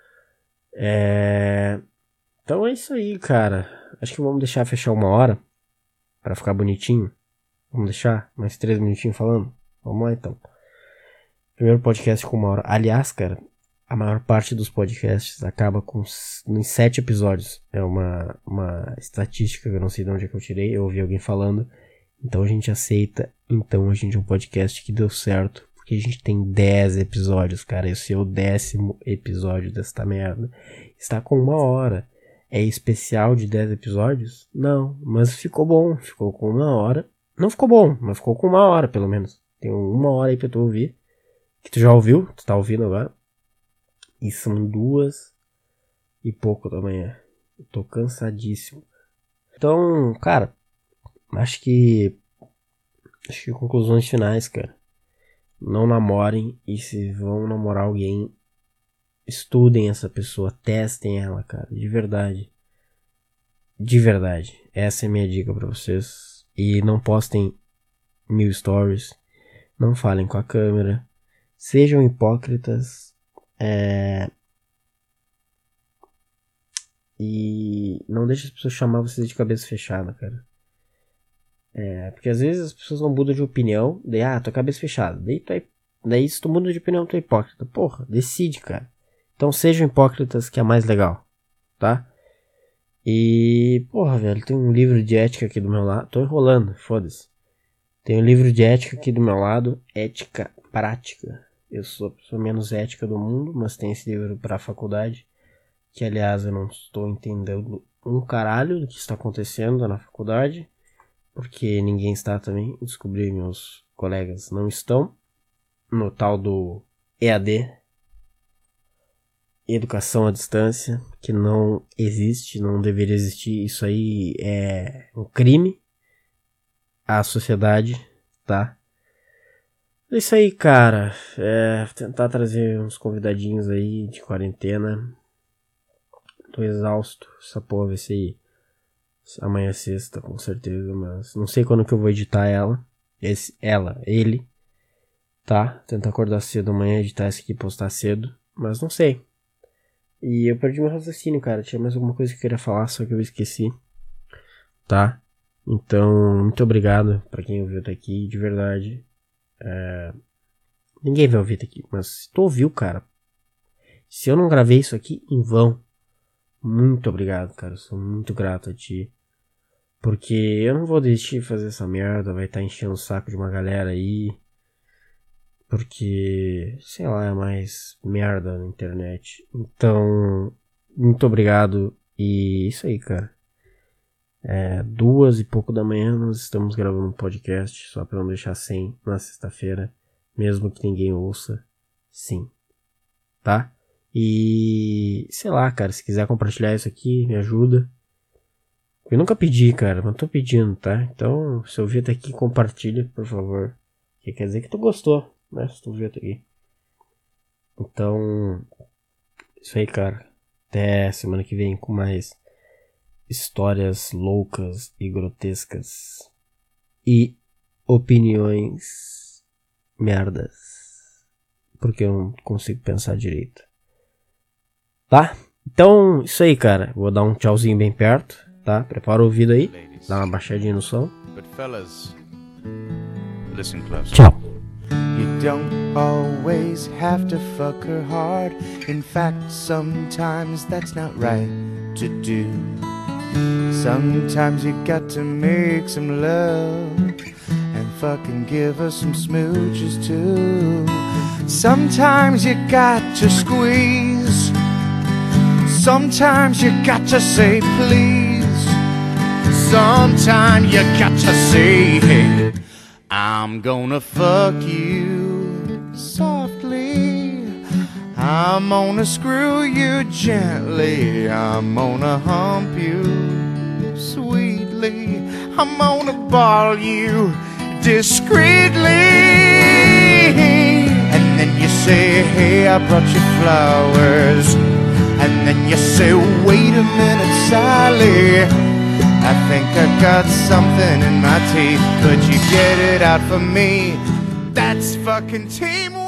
É... Então é isso aí, cara. Acho que vamos deixar fechar uma hora pra ficar bonitinho. Vamos deixar mais três minutinhos falando? Vamos lá então. Primeiro podcast com uma hora. Aliás, cara, a maior parte dos podcasts acaba com em sete episódios. É uma, uma estatística que eu não sei de onde é que eu tirei. Eu ouvi alguém falando. Então a gente aceita. Então a gente é um podcast que deu certo. Porque a gente tem dez episódios, cara. Esse é o décimo episódio desta merda. Está com uma hora. É especial de dez episódios? Não, mas ficou bom. Ficou com uma hora. Não ficou bom, mas ficou com uma hora pelo menos. Tem uma hora aí pra tu ouvir. Que tu já ouviu, tu tá ouvindo agora. E são duas e pouco da manhã. Eu tô cansadíssimo. Então, cara, acho que... Acho que conclusões finais, cara. Não namorem, e se vão namorar alguém, estudem essa pessoa, testem ela, cara, de verdade. De verdade. Essa é a minha dica pra vocês. E não postem mil stories. Não falem com a câmera. Sejam hipócritas. É... E não deixe as pessoas chamar vocês de cabeça fechada, cara. É, porque às vezes as pessoas não mudam de opinião. Daí, ah, tua cabeça fechada. Daí, tu é... daí se tu muda de opinião, tu é hipócrita. Porra, decide, cara. Então sejam hipócritas, que é mais legal, tá? E, porra, velho, tem um livro de ética aqui do meu lado. Tô enrolando, foda-se. Tem um livro de ética aqui do meu lado. Ética prática. Eu sou a pessoa menos ética do mundo, mas tem esse livro pra faculdade. Que, aliás, eu não estou entendendo um caralho do que está acontecendo na faculdade. Porque ninguém está também. Descobri, meus colegas não estão no tal do E A D. Educação à distância, que não existe, não deveria existir. Isso aí é um crime à sociedade, tá? É isso aí, cara. É tentar trazer uns convidadinhos aí de quarentena. Tô exausto. Essa porra vai ser amanhã é sexta, com certeza, mas não sei quando que eu vou editar ela. Esse, ela, ele, tá? Tentar acordar cedo amanhã, editar esse aqui e postar cedo, mas não sei. E eu perdi meu raciocínio, cara. Tinha mais alguma coisa que eu queria falar, só que eu esqueci, tá? Então, muito obrigado pra quem ouviu até aqui, de verdade. É... Ninguém vai ouvir até aqui, mas se tu ouviu, cara, se eu não gravei isso aqui em vão, muito obrigado, cara. Eu sou muito grato a ti. Porque eu não vou desistir de fazer essa merda. Vai estar enchendo o saco de uma galera aí. Porque, sei lá, é mais merda na internet. Então, muito obrigado. E isso aí, cara. É duas e pouco da manhã nós estamos gravando um podcast. Só pra não deixar sem na sexta-feira. Mesmo que ninguém ouça. Sim. Tá? E sei lá, cara, se quiser compartilhar isso aqui, me ajuda. Eu nunca pedi, cara, mas tô pedindo, tá? Então, se eu vir até aqui, compartilha, por favor. Que quer dizer que tu gostou, né? Se tu vir até aqui. Então, isso aí, cara. Até semana que vem com mais histórias loucas e grotescas. E opiniões merdas. Porque eu não consigo pensar direito. Tá? Então, isso aí, cara. Vou dar um tchauzinho bem perto, tá? Prepara o ouvido aí. Dá uma baixadinha no som. Tchau. You don't always have to fuck her hard. In fact, sometimes that's not right to do. Sometimes you got to make some love and fucking give her some smooches too. Sometimes you got to squeeze. Sometimes you got to say please. Sometimes you got to say, hey, I'm gonna fuck you softly. I'm gonna screw you gently. I'm gonna hump you sweetly. I'm gonna ball you discreetly. And then you say, hey, I brought you flowers. And then you say, wait a minute, Sally, I think I got something in my teeth. Could you get it out for me? That's fucking teamwork.